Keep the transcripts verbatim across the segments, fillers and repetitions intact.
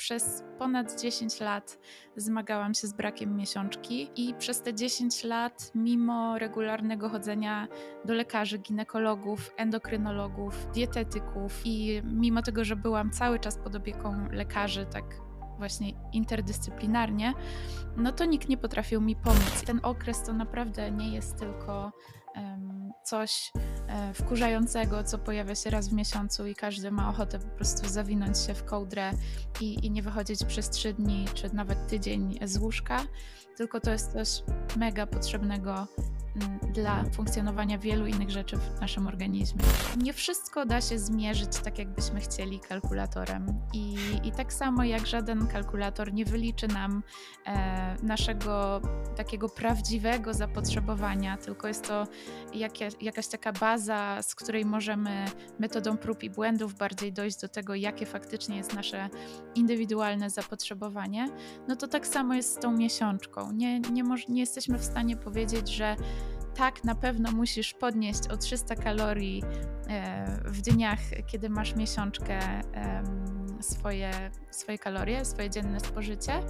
Przez ponad dziesięć lat zmagałam się z brakiem miesiączki i przez te dziesięć lat, mimo regularnego chodzenia do lekarzy, ginekologów, endokrynologów, dietetyków i mimo tego, że byłam cały czas pod opieką lekarzy, tak właśnie interdyscyplinarnie, no to nikt nie potrafił mi pomóc. Ten okres to naprawdę nie jest tylko em, coś e, wkurzającego, co pojawia się raz w miesiącu i każdy ma ochotę po prostu zawinąć się w kołdrę i, i nie wychodzić przez trzy dni czy nawet tydzień z łóżka, tylko to jest coś mega potrzebnego mm, dla funkcjonowania wielu innych rzeczy w naszym organizmie. Nie wszystko da się zmierzyć tak, jakbyśmy chcieli kalkulatorem i, i tak samo jak żaden kalkulator nie wyliczy nam e, naszego takiego prawdziwego zapotrzebowania, tylko jest to jakie, jakaś taka baza, z której możemy metodą prób i błędów bardziej dojść do tego, jakie faktycznie jest nasze indywidualne zapotrzebowanie, no to tak samo jest z tą miesiączką. Nie, nie, moż, nie jesteśmy w stanie powiedzieć, że tak, na pewno musisz podnieść o trzysta kalorii e, w dniach, kiedy masz miesiączkę, e, swoje, swoje kalorie, swoje dzienne spożycie.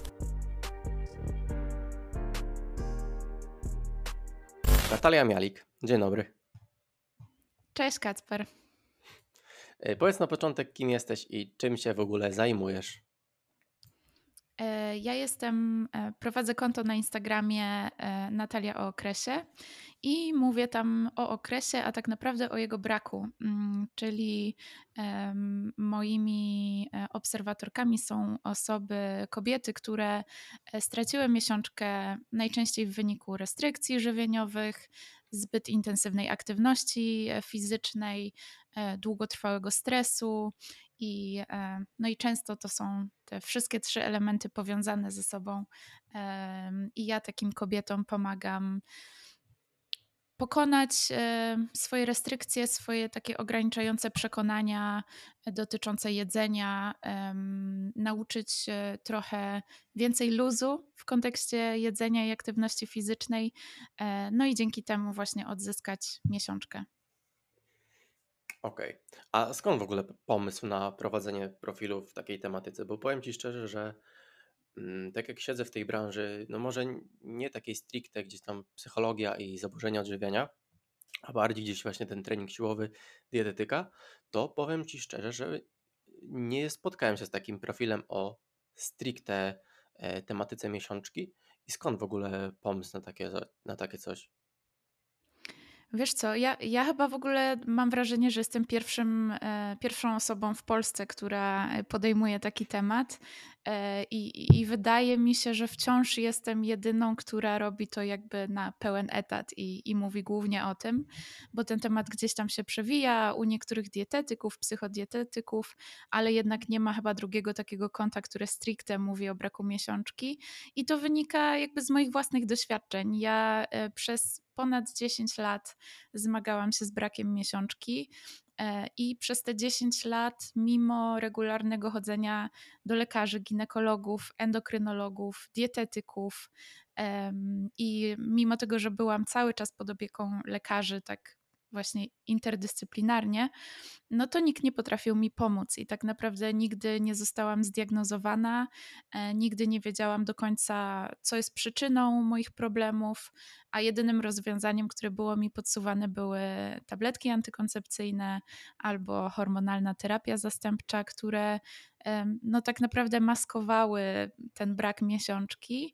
Natalia Mialik, dzień dobry. Cześć Kacper. E, Powiedz na początek, kim jesteś i czym się w ogóle zajmujesz. E, Ja jestem, e, prowadzę konto na Instagramie e, Natalia o okresie i mówię tam o okresie, a tak naprawdę o jego braku, mm, czyli em, moimi e, obserwatorkami są osoby, kobiety, które e, straciły miesiączkę najczęściej w wyniku restrykcji żywieniowych, zbyt intensywnej aktywności e, fizycznej, e, długotrwałego stresu i, e, no i często to są te wszystkie trzy elementy powiązane ze sobą. Em, I ja takim kobietom pomagam pokonać e, swoje restrykcje, swoje takie ograniczające przekonania dotyczące jedzenia, em, nauczyć się trochę więcej luzu w kontekście jedzenia i aktywności fizycznej, e, no i dzięki temu właśnie odzyskać miesiączkę. Okej. A skąd w ogóle pomysł na prowadzenie profilu w takiej tematyce? Bo powiem Ci szczerze, że mm, tak jak siedzę w tej branży, no może n- nie takiej stricte gdzieś tam psychologia i zaburzenia odżywiania, a bardziej gdzieś właśnie ten trening siłowy, dietetyka, to powiem Ci szczerze, że nie spotkałem się z takim profilem o stricte e, tematyce miesiączki. I skąd w ogóle pomysł na takie, za- na takie coś? Wiesz co, ja, ja chyba w ogóle mam wrażenie, że jestem pierwszym, e, pierwszą osobą w Polsce, która e, podejmuje taki temat e, i, i wydaje mi się, że wciąż jestem jedyną, która robi to jakby na pełen etat i, i mówi głównie o tym, bo ten temat gdzieś tam się przewija u niektórych dietetyków, psychodietetyków, ale jednak nie ma chyba drugiego takiego konta, które stricte mówi o braku miesiączki i to wynika jakby z moich własnych doświadczeń. Ja e, przez ponad dziesięć lat zmagałam się z brakiem miesiączki e, i przez te dziesięć lat, mimo regularnego chodzenia do lekarzy, ginekologów, endokrynologów, dietetyków em, i mimo tego, że byłam cały czas pod opieką lekarzy, tak właśnie interdyscyplinarnie, no to nikt nie potrafił mi pomóc i tak naprawdę nigdy nie zostałam zdiagnozowana, e, nigdy nie wiedziałam do końca, co jest przyczyną moich problemów, a jedynym rozwiązaniem, które było mi podsuwane, były tabletki antykoncepcyjne albo hormonalna terapia zastępcza, które em, no tak naprawdę maskowały ten brak miesiączki,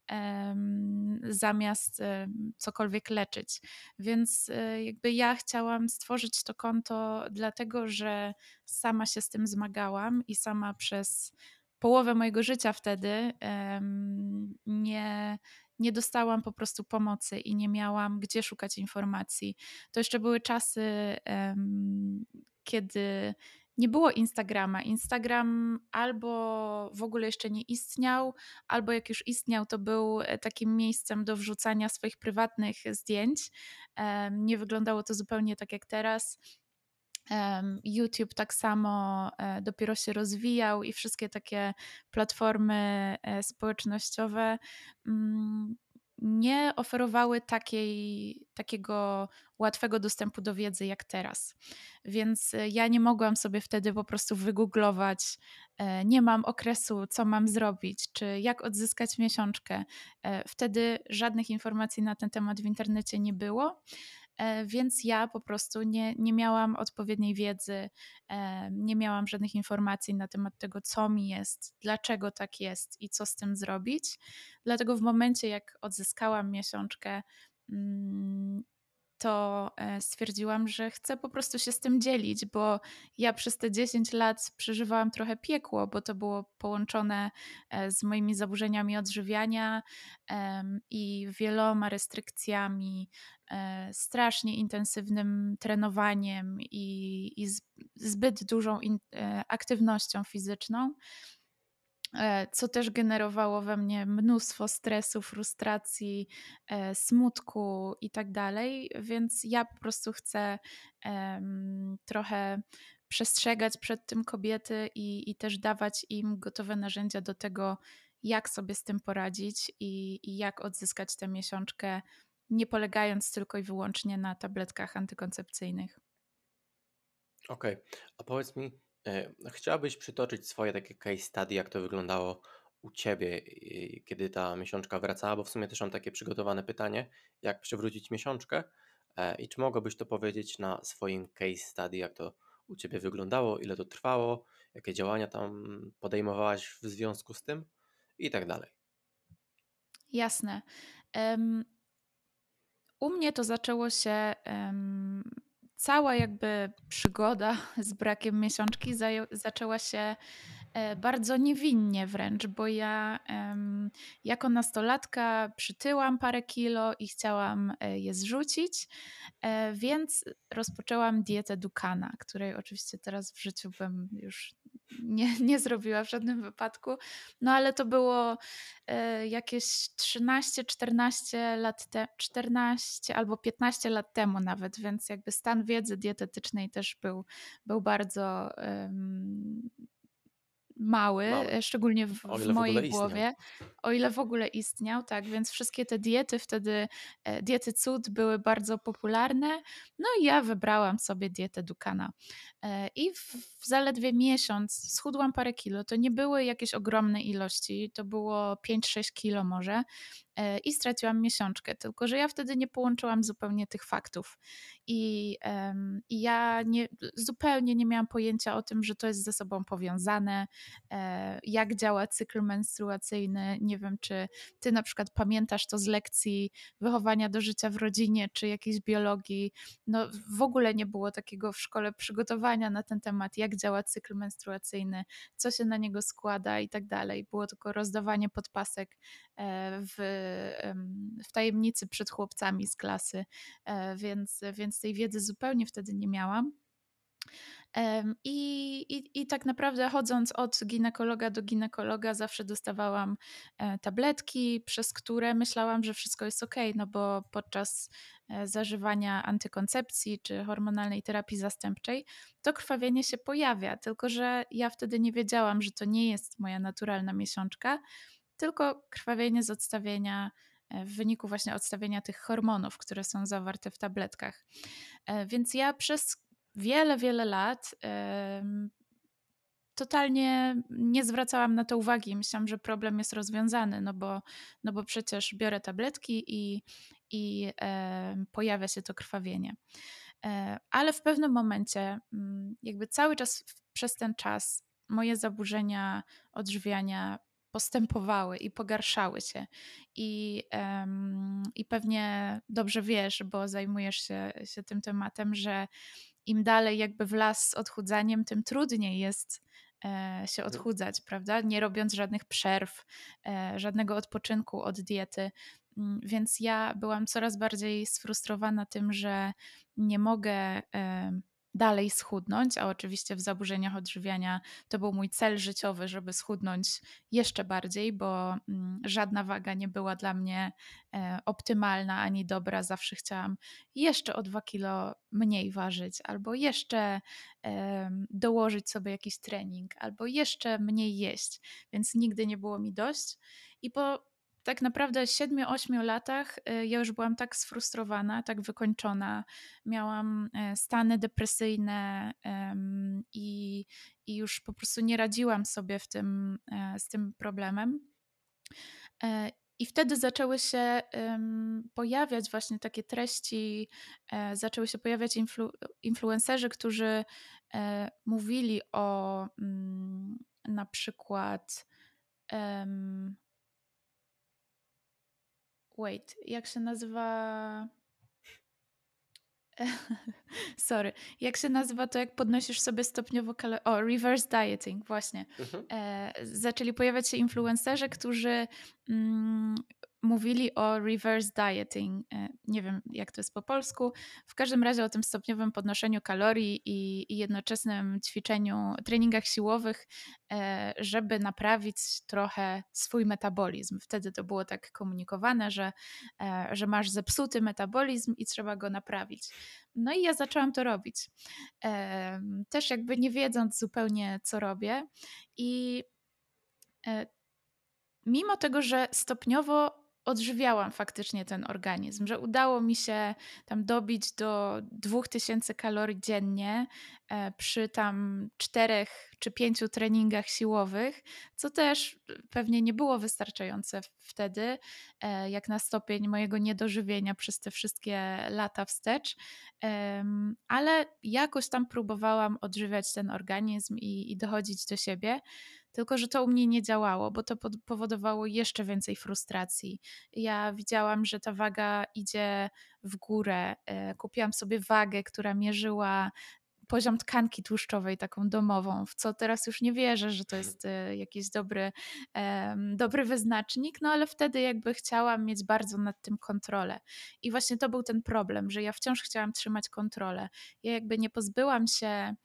em, zamiast em, cokolwiek leczyć. Więc e, jakby ja chciałam stworzyć to konto dlatego, że sama się z tym zmagałam i sama przez połowę mojego życia wtedy em, nie, nie dostałam po prostu pomocy i nie miałam gdzie szukać informacji. To jeszcze były czasy, em, kiedy nie było Instagrama. Instagram albo w ogóle jeszcze nie istniał, albo jak już istniał, to był e, takim miejscem do wrzucania swoich prywatnych zdjęć. Em, Nie wyglądało to zupełnie tak jak teraz. Em, YouTube tak samo e, dopiero się rozwijał i wszystkie takie platformy e, społecznościowe mm, nie oferowały takiej, takiego łatwego dostępu do wiedzy jak teraz. Więc e, ja nie mogłam sobie wtedy po prostu wygooglować, e, nie mam okresu, co mam zrobić, czy jak odzyskać miesiączkę. E, Wtedy żadnych informacji na ten temat w internecie nie było. E, Więc ja po prostu nie, nie miałam odpowiedniej wiedzy, e, nie miałam żadnych informacji na temat tego, co mi jest, dlaczego tak jest i co z tym zrobić. Dlatego w momencie, jak odzyskałam miesiączkę, mm, to e, stwierdziłam, że chcę po prostu się z tym dzielić, bo ja przez te dziesięć lat przeżywałam trochę piekło, bo to było połączone e, z moimi zaburzeniami odżywiania em, i wieloma restrykcjami, e, strasznie intensywnym trenowaniem i, i z- zbyt dużą in, e, aktywnością fizyczną, e, co też generowało we mnie mnóstwo stresu, frustracji, e, smutku i tak dalej. Więc ja po prostu chcę em, trochę przestrzegać przed tym kobiety i, i też dawać im gotowe narzędzia do tego, jak sobie z tym poradzić i, i jak odzyskać tę miesiączkę, nie polegając tylko i wyłącznie na tabletkach antykoncepcyjnych. Okej, a powiedz mi, e, chciałabyś przytoczyć swoje takie case study, jak to wyglądało u ciebie, i kiedy ta miesiączka wracała? Bo w sumie też mam takie przygotowane pytanie, jak przywrócić miesiączkę? E, I czy mogłabyś to powiedzieć na swoim case study, jak to u ciebie wyglądało, ile to trwało, jakie działania tam podejmowałaś w związku z tym i tak dalej? Jasne. Em, U mnie to zaczęło się, em, cała jakby przygoda z brakiem miesiączki zaję- zaczęła się e, bardzo niewinnie wręcz, bo ja em, jako nastolatka przytyłam parę kilo i chciałam e, je zrzucić, e, więc rozpoczęłam dietę Dukana, której oczywiście teraz w życiu bym już nie, nie zrobiła w żadnym wypadku. No ale to było e, jakieś trzynaście czternaście lat temu, czternaście albo piętnaście lat temu nawet, więc jakby stan wiedzy dietetycznej też był, był bardzo em, mały, Mały, e, szczególnie w, o w ile w mojej ogóle istniał. głowie, o ile w ogóle istniał, tak, więc wszystkie te diety wtedy, e, diety cud były bardzo popularne, no i ja wybrałam sobie dietę Dukana. E, I w, w zaledwie miesiąc schudłam parę kilo, to nie były jakieś ogromne ilości, to było pięć sześć kilo może, e, i straciłam miesiączkę, tylko że ja wtedy nie połączyłam zupełnie tych faktów i, em, i ja nie, zupełnie nie miałam pojęcia o tym, że to jest ze sobą powiązane, e, jak działa cykl menstruacyjny. Nie wiem, czy ty na przykład pamiętasz to z lekcji wychowania do życia w rodzinie, czy jakiejś biologii. No w ogóle nie było takiego w szkole przygotowania na ten temat, jak działa cykl menstruacyjny, co się na niego składa i tak dalej. Było tylko rozdawanie podpasek e, w, em, w tajemnicy przed chłopcami z klasy, e, więc, więc tej wiedzy zupełnie wtedy nie miałam. Em, I, i, I tak naprawdę chodząc od ginekologa do ginekologa zawsze dostawałam e, tabletki, przez które myślałam, że wszystko jest ok, no bo podczas e, zażywania antykoncepcji czy hormonalnej terapii zastępczej to krwawienie się pojawia, tylko że ja wtedy nie wiedziałam, że to nie jest moja naturalna miesiączka, tylko krwawienie z odstawienia e, w wyniku właśnie odstawienia tych hormonów, które są zawarte w tabletkach. E, Więc ja przez wiele, wiele lat em, totalnie nie zwracałam na to uwagi. Myślałam, że problem jest rozwiązany, no bo, no bo przecież biorę tabletki i, i em, pojawia się to krwawienie. E, Ale w pewnym momencie, mm, jakby cały czas w- przez ten czas moje zaburzenia odżywiania postępowały i pogarszały się. I, em, i pewnie dobrze wiesz, bo zajmujesz się, się tym tematem, że im dalej jakby w las z odchudzaniem, tym trudniej jest e, się Mhm. odchudzać, prawda? Nie robiąc żadnych przerw, e, żadnego odpoczynku od diety. Mm, Więc ja byłam coraz bardziej sfrustrowana tym, że nie mogę e, dalej schudnąć, a oczywiście w zaburzeniach odżywiania to był mój cel życiowy, żeby schudnąć jeszcze bardziej, bo mm, żadna waga nie była dla mnie e, optymalna ani dobra. Zawsze chciałam jeszcze o dwa kilo mniej ważyć, albo jeszcze em, dołożyć sobie jakiś trening, albo jeszcze mniej jeść, więc nigdy nie było mi dość. I po tak naprawdę siedmiu ośmiu latach y, ja już byłam tak sfrustrowana, tak wykończona. Miałam e, stany depresyjne em, i, i już po prostu nie radziłam sobie w tym, e, z tym problemem. E, I wtedy zaczęły się em, pojawiać właśnie takie treści, e, zaczęły się pojawiać influ, influencerzy, którzy e, mówili o mm, na przykład. em, Wait, jak się nazywa? Sorry. Jak się nazywa to, jak podnosisz sobie stopniowo kalorie? O, reverse dieting, właśnie. Mhm. E, zaczęli pojawiać się influencerzy, którzy mm, mówili o reverse dieting. E, nie wiem, jak to jest po polsku. W każdym razie o tym stopniowym podnoszeniu kalorii i, i jednoczesnym ćwiczeniu, treningach siłowych, e, żeby naprawić trochę swój metabolizm. Wtedy to było tak komunikowane, że, e, że masz zepsuty metabolizm i trzeba go naprawić. No i ja zaczęłam to robić. Em, Też jakby nie wiedząc zupełnie, co robię. I e, mimo tego, że stopniowo odżywiałam faktycznie ten organizm, że udało mi się tam dobić do dwóch tysięcy kalorii dziennie e, przy tam czterech czy pięciu treningach siłowych, co też pewnie nie było wystarczające wtedy, e, jak na stopień mojego niedożywienia przez te wszystkie lata wstecz, Em, ale jakoś tam próbowałam odżywiać ten organizm i, i dochodzić do siebie. Tylko że to u mnie nie działało, bo to pod- powodowało jeszcze więcej frustracji. Ja widziałam, że ta waga idzie w górę. E, Kupiłam sobie wagę, która mierzyła poziom tkanki tłuszczowej, taką domową, w co teraz już nie wierzę, że to jest e, jakiś dobry, em, dobry wyznacznik, no ale wtedy jakby chciałam mieć bardzo nad tym kontrolę. I właśnie to był ten problem, że ja wciąż chciałam trzymać kontrolę. Ja jakby nie pozbyłam się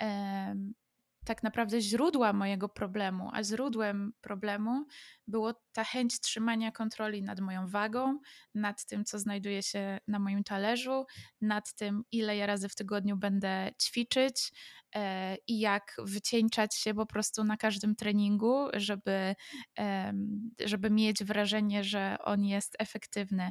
em, tak naprawdę źródła mojego problemu, a źródłem problemu było ta chęć trzymania kontroli nad moją wagą, nad tym, co znajduje się na moim talerzu, nad tym, ile ja razy w tygodniu będę ćwiczyć e, i jak wycieńczać się po prostu na każdym treningu, żeby, em, żeby mieć wrażenie, że on jest efektywny.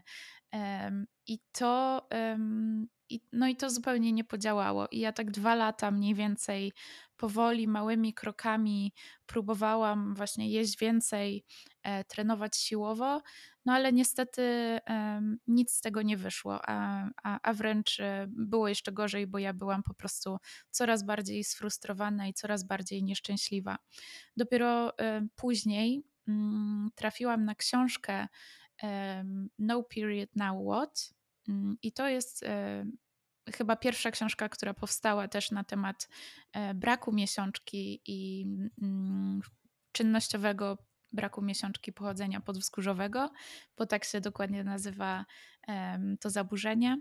Em, I to, em, i, no i to zupełnie nie podziałało. I ja tak dwa lata mniej więcej powoli, małymi krokami próbowałam właśnie jeść więcej, e, trenować siłowo, no ale niestety em, nic z tego nie wyszło, a, a, a wręcz e, było jeszcze gorzej, bo ja byłam po prostu coraz bardziej sfrustrowana i coraz bardziej nieszczęśliwa. Dopiero e, później mm, trafiłam na książkę em, No Period Now What? Mm, I to jest e, chyba pierwsza książka, która powstała też na temat e, braku miesiączki i mm, czynnościowego braku miesiączki pochodzenia podwzgórzowego, bo tak się dokładnie nazywa em, to zaburzenie.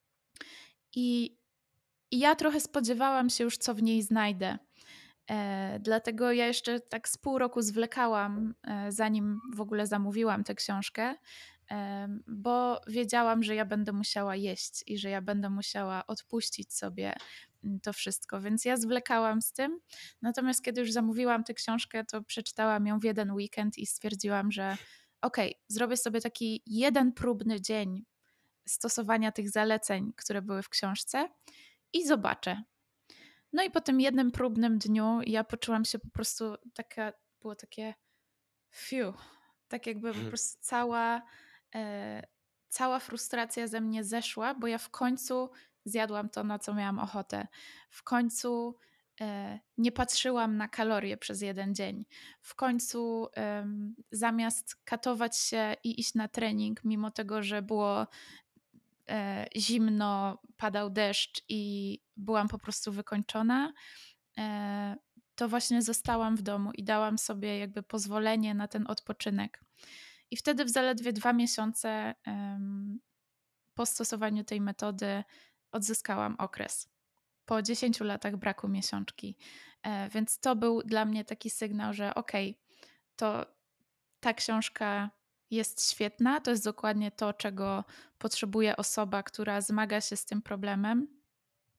I, I ja trochę spodziewałam się już, co w niej znajdę. E, dlatego ja jeszcze tak z pół roku zwlekałam, e, zanim w ogóle zamówiłam tę książkę, e, bo wiedziałam, że ja będę musiała jeść i że ja będę musiała odpuścić sobie mm, to wszystko, więc ja zwlekałam z tym. Natomiast kiedy już zamówiłam tę książkę, to przeczytałam ją w jeden weekend i stwierdziłam, że okej, okay, zrobię sobie taki jeden próbny dzień stosowania tych zaleceń, które były w książce i zobaczę. No i po tym jednym próbnym dniu ja poczułam się po prostu taka, było takie fiu, tak jakby po prostu cała, e, cała frustracja ze mnie zeszła, bo ja w końcu zjadłam to, na co miałam ochotę. W końcu e, nie patrzyłam na kalorie przez jeden dzień. W końcu em, zamiast katować się i iść na trening, mimo tego, że było e, zimno, padał deszcz i byłam po prostu wykończona, e, to właśnie zostałam w domu i dałam sobie jakby pozwolenie na ten odpoczynek. I wtedy w zaledwie dwa miesiące em, po stosowaniu tej metody odzyskałam okres. Po dziesięciu latach braku miesiączki. E, więc to był dla mnie taki sygnał, że okej, okay, to ta książka jest świetna. To jest dokładnie to, czego potrzebuje osoba, która zmaga się z tym problemem.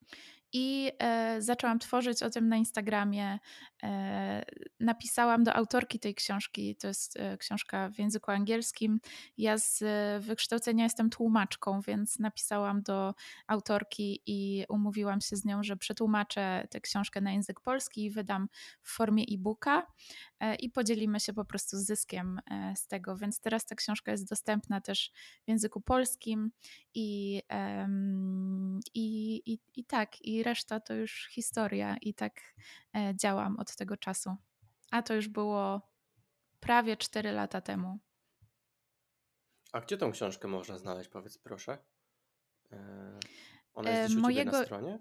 I e, zaczęłam tworzyć o tym na Instagramie. E, napisałam do autorki tej książki, to jest e, książka w języku angielskim. Ja z e, wykształcenia jestem tłumaczką, więc napisałam do autorki i umówiłam się z nią, że przetłumaczę tę książkę na język polski i wydam w formie e-booka e, i podzielimy się po prostu zyskiem e, z tego. Więc teraz ta książka jest dostępna też w języku polskim i, em, i, i, i tak, i reszta to już historia i tak e, działam od tego czasu. A to już było prawie cztery lata temu. A gdzie tą książkę można znaleźć, powiedz proszę? E, Ona jest E, gdzieś u ciebie na mojego, stronie?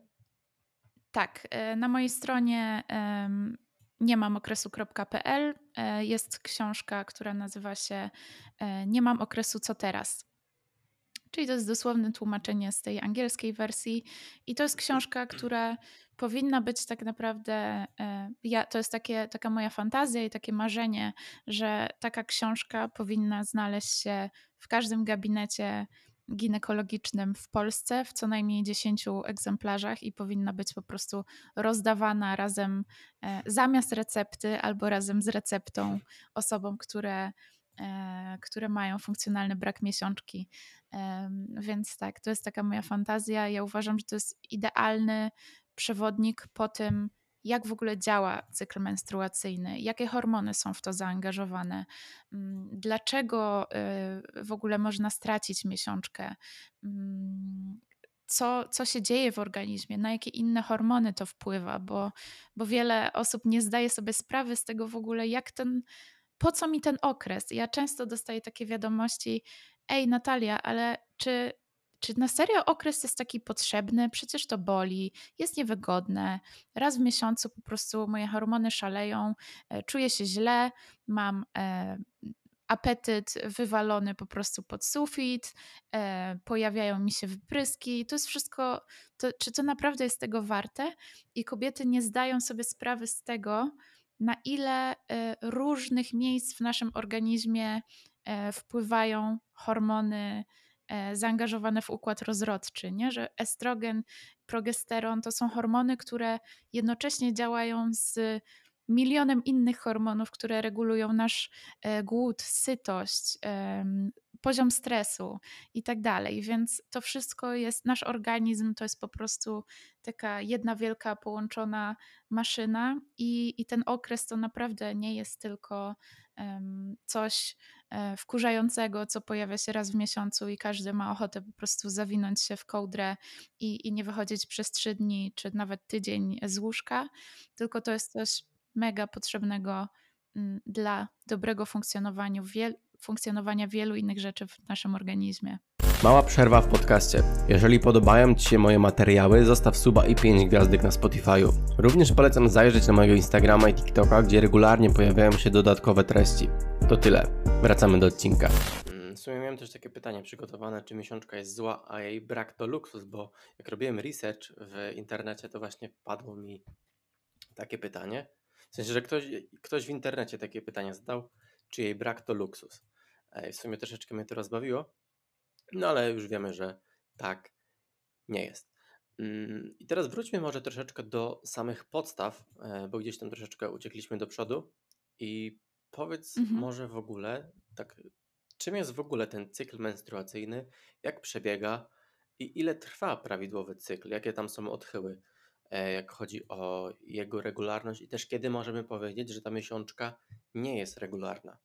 tak, e, na mojej stronie em, nie mam okresu.pl e, jest książka, która nazywa się e, Nie mam okresu, co teraz? Czyli to jest dosłowne tłumaczenie z tej angielskiej wersji i to jest książka, która powinna być tak naprawdę, e, ja, to jest takie, taka moja fantazja i takie marzenie, że taka książka powinna znaleźć się w każdym gabinecie ginekologicznym w Polsce w co najmniej dziesięciu egzemplarzach i powinna być po prostu rozdawana razem e, zamiast recepty albo razem z receptą osobom, które, e, które mają funkcjonalny brak miesiączki. Em, Więc tak, to jest taka moja fantazja. Ja uważam, że to jest idealny przewodnik po tym, jak w ogóle działa cykl menstruacyjny, jakie hormony są w to zaangażowane, mm, dlaczego y, w ogóle można stracić miesiączkę, mm, co, co się dzieje w organizmie, na jakie inne hormony to wpływa, bo, bo wiele osób nie zdaje sobie sprawy z tego w ogóle, jak ten, po co mi ten okres? Ja często dostaję takie wiadomości: ej Natalia, ale czy, czy na serio okres jest taki potrzebny? Przecież to boli, jest niewygodne. Raz w miesiącu po prostu moje hormony szaleją, e, czuję się źle, mam e, apetyt wywalony po prostu pod sufit, e, pojawiają mi się wypryski. To jest wszystko, to, czy to naprawdę jest tego warte? I kobiety nie zdają sobie sprawy z tego, na ile e, różnych miejsc w naszym organizmie e, wpływają hormony e, zaangażowane w układ rozrodczy, nie? Że estrogen, progesteron to są hormony, które jednocześnie działają z milionem innych hormonów, które regulują nasz e, głód, sytość, em, poziom stresu i tak dalej. Więc to wszystko jest, nasz organizm to jest po prostu taka jedna wielka połączona maszyna i, i ten okres to naprawdę nie jest tylko em, coś e, wkurzającego, co pojawia się raz w miesiącu i każdy ma ochotę po prostu zawinąć się w kołdrę i, i nie wychodzić przez trzy dni czy nawet tydzień z łóżka, tylko to jest coś mega potrzebnego mm, dla dobrego funkcjonowania, wiel- funkcjonowania wielu innych rzeczy w naszym organizmie. Mała przerwa w podcaście. Jeżeli podobają Ci się moje materiały, zostaw suba i pięć gwiazdek na Spotify'u. Również polecam zajrzeć na mojego Instagrama i TikToka, gdzie regularnie pojawiają się dodatkowe treści. To tyle. Wracamy do odcinka. W sumie miałem też takie pytanie przygotowane, czy miesiączka jest zła, a jej brak to luksus, bo jak robiłem research w internecie, to właśnie padło mi takie pytanie. W sensie, że ktoś, ktoś w internecie takie pytanie zadał, czy jej brak to luksus. E, W sumie troszeczkę mnie to rozbawiło. No ale już wiemy, że tak nie jest. Mm, I teraz wróćmy może troszeczkę do samych podstaw, e, bo gdzieś tam troszeczkę uciekliśmy do przodu. I powiedz Mhm. może w ogóle, tak, czym jest w ogóle ten cykl menstruacyjny, jak przebiega i ile trwa prawidłowy cykl, jakie tam są odchyły, e, jak chodzi o jego regularność i też kiedy możemy powiedzieć, że ta miesiączka nie jest regularna.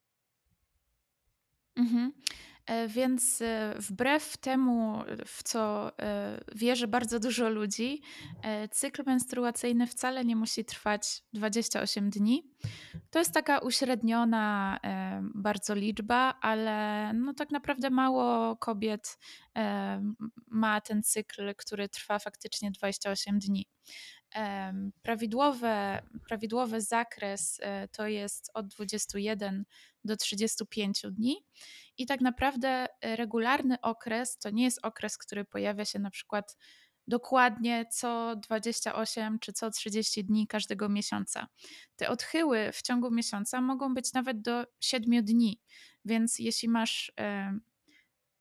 Mhm. E, Więc e, wbrew temu, w co e, wierzy bardzo dużo ludzi, e, cykl menstruacyjny wcale nie musi trwać dwadzieścia osiem dni. To jest taka uśredniona e, bardzo liczba, ale no tak naprawdę mało kobiet e, ma ten cykl, który trwa faktycznie dwadzieścia osiem dni. Em, Prawidłowe, prawidłowy zakres e, to jest od dwudziestu jeden do trzydziestu pięciu dni. I tak naprawdę e, regularny okres to nie jest okres, który pojawia się na przykład dokładnie co dwadzieścia osiem czy co trzydzieści dni każdego miesiąca. Te odchyły w ciągu miesiąca mogą być nawet do siedmiu dni, więc jeśli masz e,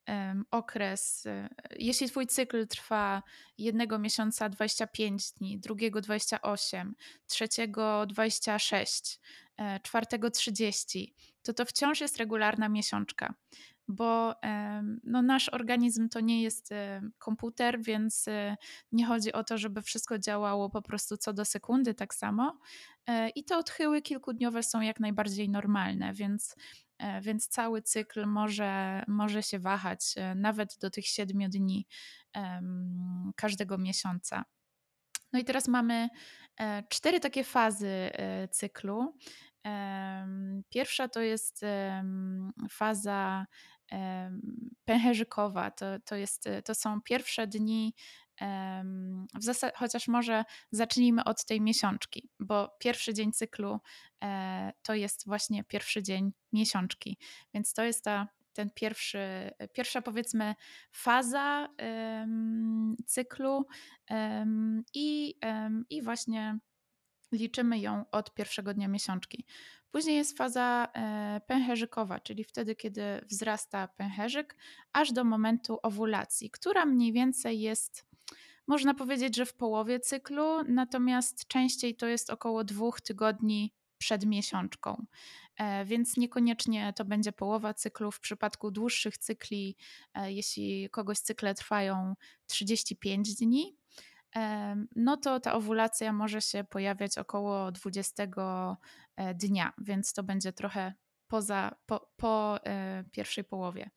em, okres, e, jeśli twój cykl trwa jednego miesiąca dwadzieścia pięć dni, drugiego dwadzieścia osiem, trzeciego dwadzieścia sześć, e, czwartego trzydzieści, to to wciąż jest regularna miesiączka, bo em, no, nasz organizm to nie jest e, komputer, więc e, nie chodzi o to, żeby wszystko działało po prostu co do sekundy tak samo. E, I te odchyły kilkudniowe są jak najbardziej normalne, więc, e, więc cały cykl może, może się wahać e, nawet do tych siedmiu dni em, każdego miesiąca. No i teraz mamy e, cztery takie fazy e, cyklu. Em, Pierwsza to jest em, faza em, pęcherzykowa. To, to, jest, e, to są pierwsze dni, em, w zasadzie, chociaż może zacznijmy od tej miesiączki, bo pierwszy dzień cyklu e, to jest właśnie pierwszy dzień miesiączki, więc to jest ta, ten pierwszy, pierwsza powiedzmy faza em, cyklu, em, i, em, i właśnie liczymy ją od pierwszego dnia miesiączki. Później jest faza e, pęcherzykowa, czyli wtedy, kiedy wzrasta pęcherzyk, aż do momentu owulacji, która mniej więcej jest, można powiedzieć, że w połowie cyklu, natomiast częściej to jest około dwóch tygodni przed miesiączką. E, Więc niekoniecznie to będzie połowa cyklu. W przypadku dłuższych cykli, e, jeśli kogoś cykle trwają trzydzieści pięć dni, em, no to ta owulacja może się pojawiać około dwudziestego e, dnia, więc to będzie trochę poza, po, po e, pierwszej połowie.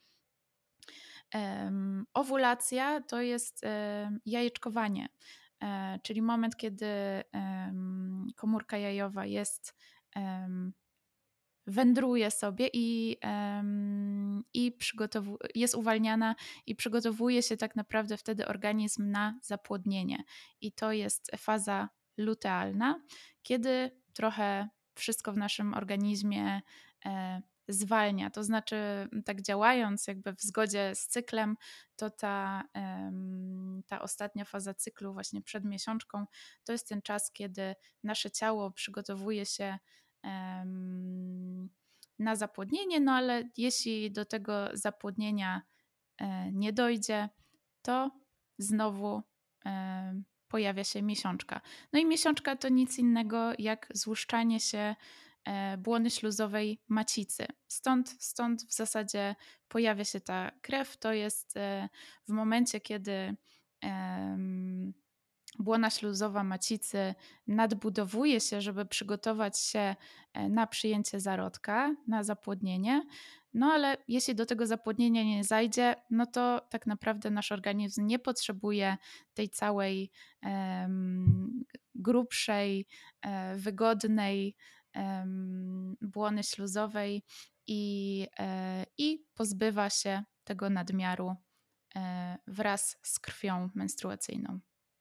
Em, Owulacja to jest em, jajeczkowanie, e, czyli moment, kiedy em, komórka jajowa jest, em, wędruje sobie i, em, i przygotowu- jest uwalniana i przygotowuje się tak naprawdę wtedy organizm na zapłodnienie. I to jest faza lutealna, kiedy trochę wszystko w naszym organizmie e, zwalnia. To znaczy, tak działając jakby w zgodzie z cyklem, to ta, em, ta ostatnia faza cyklu, właśnie przed miesiączką, to jest ten czas, kiedy nasze ciało przygotowuje się em, na zapłodnienie, no ale jeśli do tego zapłodnienia e, nie dojdzie, to znowu e, pojawia się miesiączka. No i miesiączka to nic innego jak złuszczanie się e, błony śluzowej macicy. Stąd, stąd w zasadzie pojawia się ta krew. To jest e, w momencie, kiedy em, błona śluzowa macicy nadbudowuje się, żeby przygotować się e, na przyjęcie zarodka, na zapłodnienie. No ale jeśli do tego zapłodnienia nie zajdzie, no to tak naprawdę nasz organizm nie potrzebuje tej całej em, grubszej, e, wygodnej em, błony śluzowej i, e, i pozbywa się tego nadmiaru e, wraz z krwią menstruacyjną.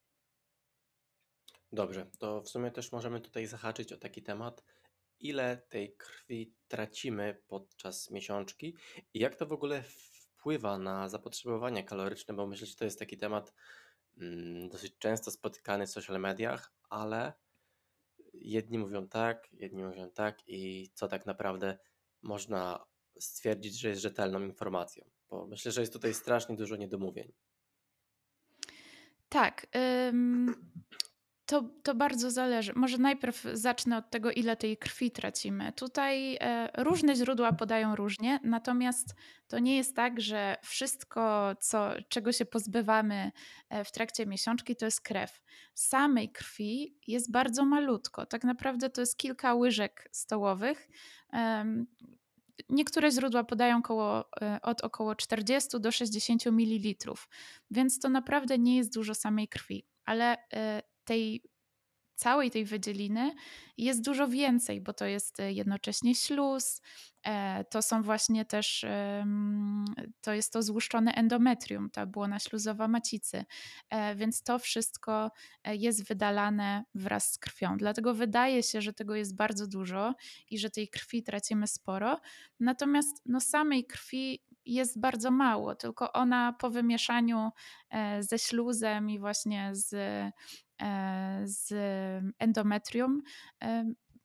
Dobrze, to w sumie też możemy tutaj zahaczyć o taki temat, ile tej krwi tracimy podczas miesiączki i jak to w ogóle wpływa na zapotrzebowanie kaloryczne, bo myślę, że to jest taki temat mm, dosyć często spotykany w social mediach, ale jedni mówią tak, jedni mówią tak i co tak naprawdę można stwierdzić, że jest rzetelną informacją, bo myślę, że jest tutaj strasznie dużo niedomówień. Tak, ym, to, to bardzo zależy. Może najpierw zacznę od tego, ile tej krwi tracimy. Tutaj e, różne źródła podają różnie, natomiast to nie jest tak, że wszystko, co, czego się pozbywamy e, w trakcie miesiączki, to jest krew. Samej krwi jest bardzo malutko. Tak naprawdę to jest kilka łyżek stołowych. Em, Niektóre źródła podają koło, e, od około czterdzieści do sześćdziesięciu mililitrów, więc to naprawdę nie jest dużo samej krwi, ale e, tej całej tej wydzieliny jest dużo więcej, bo to jest e, jednocześnie śluz, e, to są właśnie też, em, to jest to złuszczone endometrium, ta błona śluzowa macicy, e, więc to wszystko e, jest wydalane wraz z krwią. Dlatego wydaje się, że tego jest bardzo dużo i że tej krwi tracimy sporo, natomiast no, samej krwi jest bardzo mało, tylko ona po wymieszaniu e, ze śluzem i właśnie z e, z endometrium,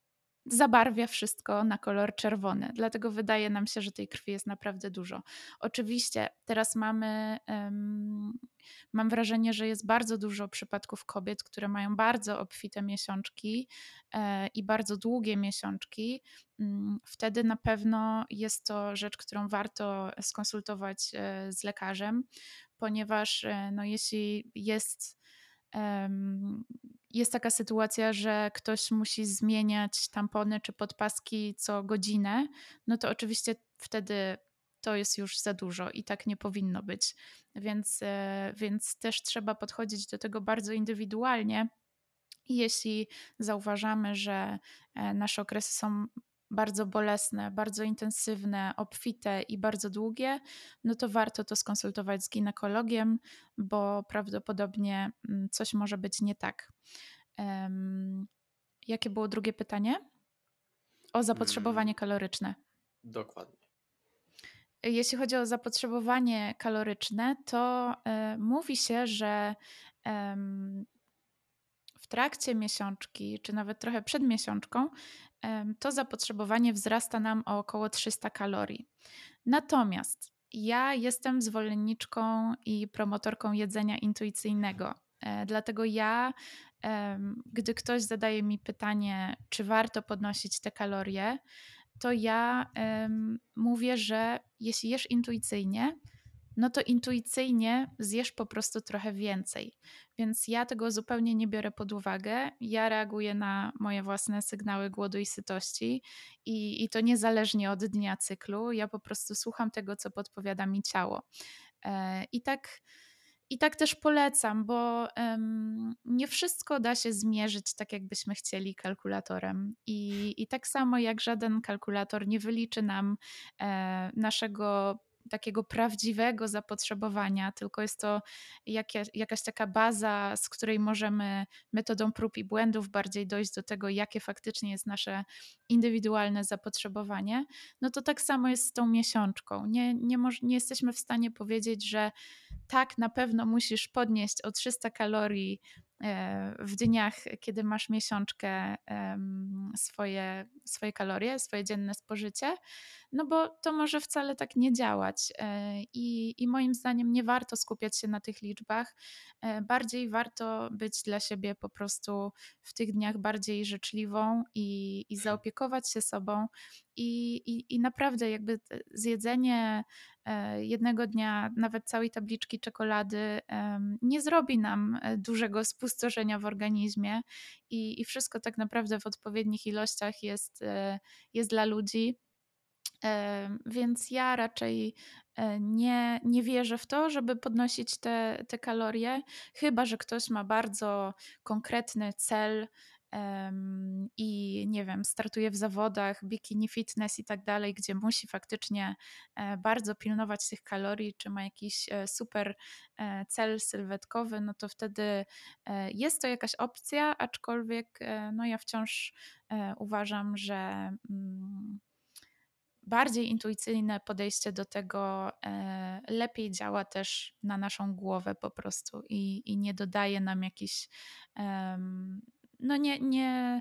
zabarwia wszystko na kolor czerwony. Dlatego wydaje nam się, że tej krwi jest naprawdę dużo. Oczywiście teraz mamy, em, mam wrażenie, że jest bardzo dużo przypadków kobiet, które mają bardzo obfite miesiączki e, i bardzo długie miesiączki. Mm, Wtedy na pewno jest to rzecz, którą warto skonsultować e, z lekarzem, ponieważ e, no, jeśli jest em, jest taka sytuacja, że ktoś musi zmieniać tampony czy podpaski co godzinę, no to oczywiście wtedy to jest już za dużo i tak nie powinno być. Więc, e, więc też trzeba podchodzić do tego bardzo indywidualnie. I jeśli zauważamy, że e, nasze okresy są bardzo bolesne, bardzo intensywne, obfite i bardzo długie, no to warto to skonsultować z ginekologiem, bo prawdopodobnie mm, coś może być nie tak. Em, Jakie było drugie pytanie? O Mm, zapotrzebowanie kaloryczne. dokładnie. Jeśli chodzi o zapotrzebowanie kaloryczne, to e, mówi się, że em, w trakcie miesiączki, czy nawet trochę przed miesiączką, em, to zapotrzebowanie wzrasta nam o około trzysta kalorii. Natomiast ja jestem zwolenniczką i promotorką jedzenia intuicyjnego. E, Dlatego ja, em, gdy ktoś zadaje mi pytanie, czy warto podnosić te kalorie, to ja em, mówię, że jeśli jesz intuicyjnie, no to intuicyjnie zjesz po prostu trochę więcej. Więc ja tego zupełnie nie biorę pod uwagę. Ja reaguję na moje własne sygnały głodu i sytości i, i to niezależnie od dnia cyklu. Ja po prostu słucham tego, co podpowiada mi ciało. E, I tak. I tak też polecam, bo em, nie wszystko da się zmierzyć tak, jakbyśmy chcieli kalkulatorem. I, i tak samo jak żaden kalkulator nie wyliczy nam e, naszego takiego prawdziwego zapotrzebowania, tylko jest to jakie, jakaś taka baza, z której możemy metodą prób i błędów bardziej dojść do tego, jakie faktycznie jest nasze indywidualne zapotrzebowanie, no to tak samo jest z tą miesiączką. Nie, nie, moż, nie jesteśmy w stanie powiedzieć, że tak, na pewno musisz podnieść o trzysta kalorii e, w dniach, kiedy masz miesiączkę, em, swoje, swoje kalorie, swoje dzienne spożycie, no bo to może wcale tak nie działać. E, I, I moim zdaniem nie warto skupiać się na tych liczbach. E, Bardziej warto być dla siebie po prostu w tych dniach bardziej życzliwą i, i zaopiekować się sobą. I, i, I naprawdę jakby te- zjedzenie e, jednego dnia nawet całej tabliczki czekolady em, nie zrobi nam e, dużego spustoszenia w organizmie i, i wszystko tak naprawdę w odpowiednich ilościach jest, e, jest dla ludzi. E, Więc ja raczej e, nie, nie wierzę w to, żeby podnosić te, te kalorie, chyba że ktoś ma bardzo konkretny cel em, i nie wiem, startuje w zawodach, bikini fitness i tak dalej, gdzie musi faktycznie e, bardzo pilnować tych kalorii, czy ma jakiś e, super e, cel sylwetkowy, no to wtedy e, jest to jakaś opcja, aczkolwiek e, no ja wciąż e, uważam, że mm, bardziej intuicyjne podejście do tego e, lepiej działa też na naszą głowę po prostu i, i nie dodaje nam jakichś, em, no nie, nie,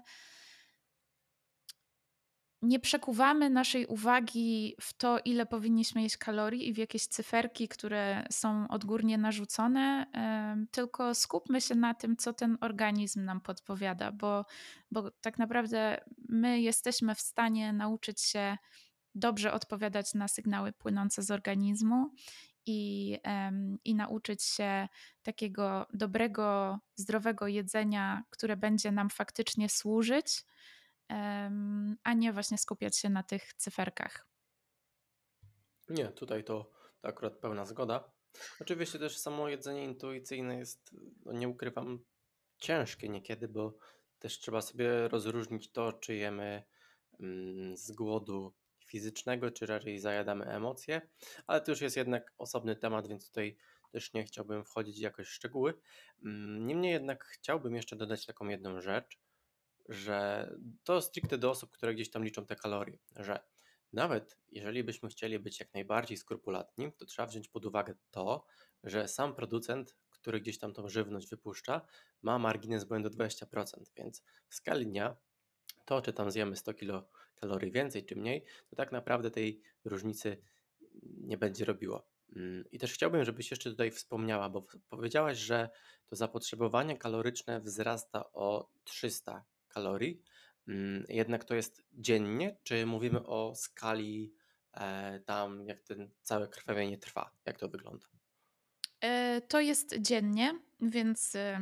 nie przekuwamy naszej uwagi w to, ile powinniśmy jeść kalorii i w jakieś cyferki, które są odgórnie narzucone, em, tylko skupmy się na tym, co ten organizm nam podpowiada, bo, bo tak naprawdę my jesteśmy w stanie nauczyć się dobrze odpowiadać na sygnały płynące z organizmu i, em, i nauczyć się takiego dobrego, zdrowego jedzenia, które będzie nam faktycznie służyć, em, a nie właśnie skupiać się na tych cyferkach. Nie, tutaj to, to akurat pełna zgoda. Oczywiście też samo jedzenie intuicyjne jest, no nie ukrywam, ciężkie niekiedy, bo też trzeba sobie rozróżnić to, czy jemy mm, z głodu fizycznego, czy raczej zajadamy emocje, ale to już jest jednak osobny temat, więc tutaj też nie chciałbym wchodzić jakoś w szczegóły. Mm, Niemniej jednak chciałbym jeszcze dodać taką jedną rzecz, że to stricte do osób, które gdzieś tam liczą te kalorie, że nawet jeżeli byśmy chcieli być jak najbardziej skrupulatni, to trzeba wziąć pod uwagę to, że sam producent, który gdzieś tam tą żywność wypuszcza, ma margines błędu dwadzieścia procent, więc w skali dnia to, czy tam zjemy sto kilokalorii więcej czy mniej, to tak naprawdę tej różnicy nie będzie robiło. Mm, I też chciałbym, żebyś jeszcze tutaj wspomniała, bo w- powiedziałaś, że to zapotrzebowanie kaloryczne wzrasta o trzysta kalorii. Mm, Jednak to jest dziennie, czy mówimy o skali e, tam, jak ten całe krwawienie trwa? Jak to wygląda? E, To jest dziennie, więc y,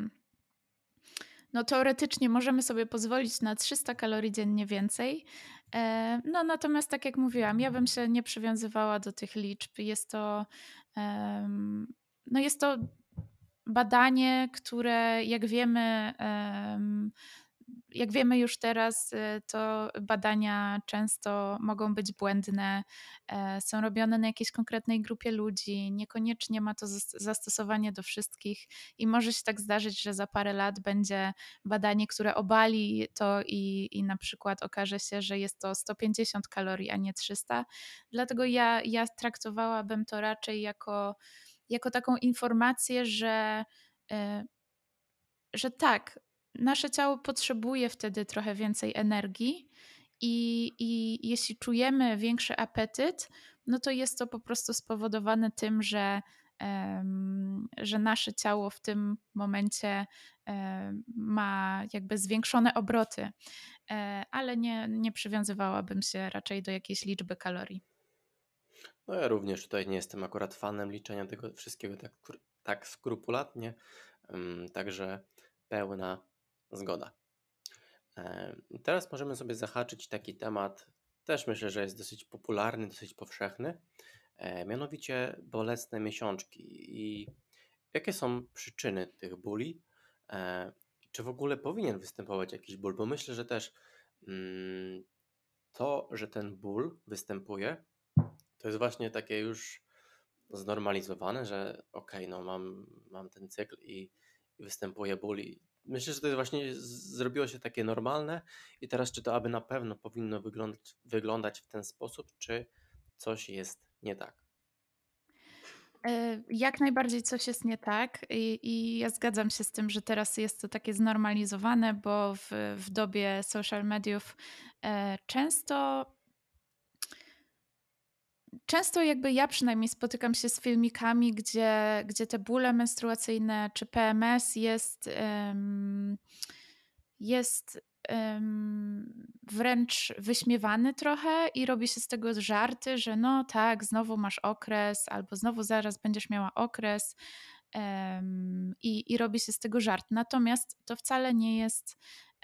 no teoretycznie możemy sobie pozwolić na trzysta kalorii dziennie więcej. E, No natomiast tak jak mówiłam, ja bym się nie przywiązywała do tych liczb. Jest to, em, no jest to badanie, które jak wiemy, em, jak wiemy już teraz, y, to badania często mogą być błędne, e, są robione na jakiejś konkretnej grupie ludzi, niekoniecznie ma to zas- zastosowanie do wszystkich i może się tak zdarzyć, że za parę lat będzie badanie, które obali to i, i na przykład okaże się, że jest to sto pięćdziesiąt kalorii, a nie trzysta. Dlatego ja, ja traktowałabym to raczej jako, jako taką informację, że e, że tak, nasze ciało potrzebuje wtedy trochę więcej energii i, i jeśli czujemy większy apetyt, no to jest to po prostu spowodowane tym, że, em, że nasze ciało w tym momencie em, ma jakby zwiększone obroty, e, ale nie, nie przywiązywałabym się raczej do jakiejś liczby kalorii. No ja również tutaj nie jestem akurat fanem liczenia tego wszystkiego tak, kr- tak skrupulatnie, ym, także pełna zgoda. E, Teraz możemy sobie zahaczyć taki temat, też myślę, że jest dosyć popularny, dosyć powszechny, e, mianowicie bolesne miesiączki i jakie są przyczyny tych bóli, e, czy w ogóle powinien występować jakiś ból, bo myślę, że też mm, to, że ten ból występuje, to jest właśnie takie już znormalizowane, że okej, no mam, mam ten cykl i, i występuje ból. I myślę, że to jest właśnie z- zrobiło się takie normalne i teraz czy to aby na pewno powinno wyglądać, wyglądać w ten sposób, czy coś jest nie tak? E, Jak najbardziej coś jest nie tak i, i ja zgadzam się z tym, że teraz jest to takie znormalizowane, bo w, w dobie social mediów e, często, często jakby ja przynajmniej spotykam się z filmikami, gdzie, gdzie te bóle menstruacyjne czy P M S jest, em, jest em, wręcz wyśmiewany trochę i robi się z tego żarty, że no tak, znowu masz okres, albo znowu zaraz będziesz miała okres. Em, i, i robi się z tego żart. Natomiast to wcale nie jest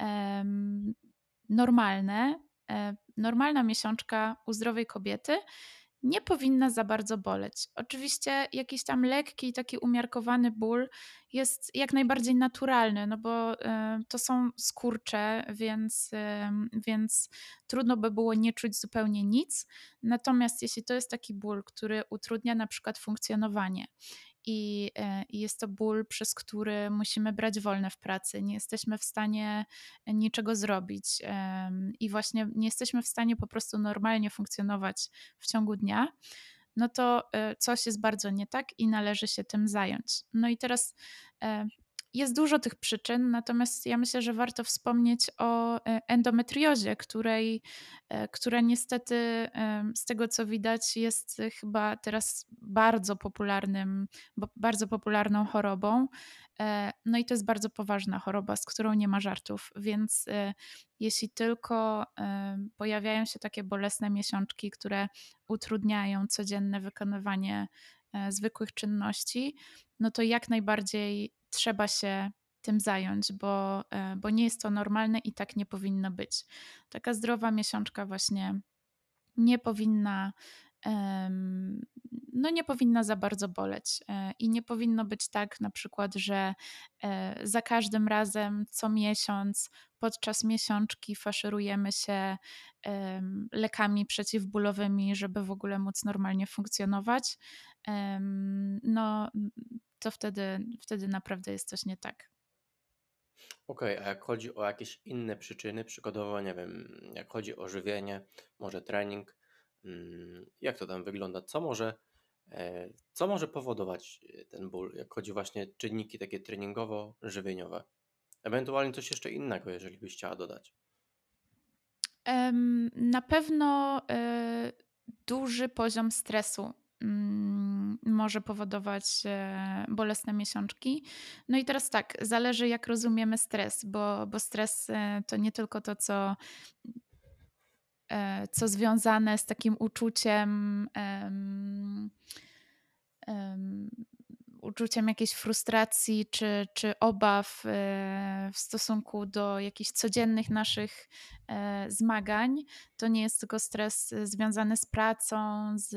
em, normalne. E, Normalna miesiączka u zdrowej kobiety nie powinna za bardzo boleć. Oczywiście jakiś tam lekki, taki umiarkowany ból jest jak najbardziej naturalny, no bo e, to są skurcze, więc, em, więc trudno by było nie czuć zupełnie nic. Natomiast jeśli to jest taki ból, który utrudnia na przykład funkcjonowanie, i, e, i jest to ból, przez który musimy brać wolne w pracy. Nie jesteśmy w stanie niczego zrobić em, i właśnie nie jesteśmy w stanie po prostu normalnie funkcjonować w ciągu dnia, no to e, coś jest bardzo nie tak i należy się tym zająć. No i teraz e, jest dużo tych przyczyn, natomiast ja myślę, że warto wspomnieć o e, endometriozie, której, e, która niestety em, z tego co widać jest chyba teraz bardzo popularnym, bo bardzo popularną chorobą. E, No i to jest bardzo poważna choroba, z którą nie ma żartów, więc e, jeśli tylko e, pojawiają się takie bolesne miesiączki, które utrudniają codzienne wykonywanie e, zwykłych czynności, no to jak najbardziej trzeba się tym zająć, bo, e, bo nie jest to normalne i tak nie powinno być. Taka zdrowa miesiączka właśnie nie powinna, em, no nie powinna za bardzo boleć. E, I nie powinno być tak na przykład, że e, za każdym razem co miesiąc podczas miesiączki faszerujemy się em, lekami przeciwbólowymi, żeby w ogóle móc normalnie funkcjonować. Em, No to wtedy, wtedy naprawdę jest coś nie tak. Okej, a jak chodzi o jakieś inne przyczyny, przykładowo, nie wiem, jak chodzi o żywienie, może trening, mm, jak to tam wygląda? Co może, e, co może powodować e, ten ból, jak chodzi właśnie czynniki takie treningowo-żywieniowe? Ewentualnie coś jeszcze innego, jeżeli byś chciała dodać. Em, Na pewno e, duży poziom stresu mm, może powodować e, bolesne miesiączki. No i teraz tak, zależy jak rozumiemy stres, bo, bo stres e, to nie tylko to, co, e, co związane z takim uczuciem, em, em, uczuciem jakiejś frustracji czy, czy obaw e, w stosunku do jakichś codziennych naszych e, zmagań. To nie jest tylko stres e, związany z pracą, z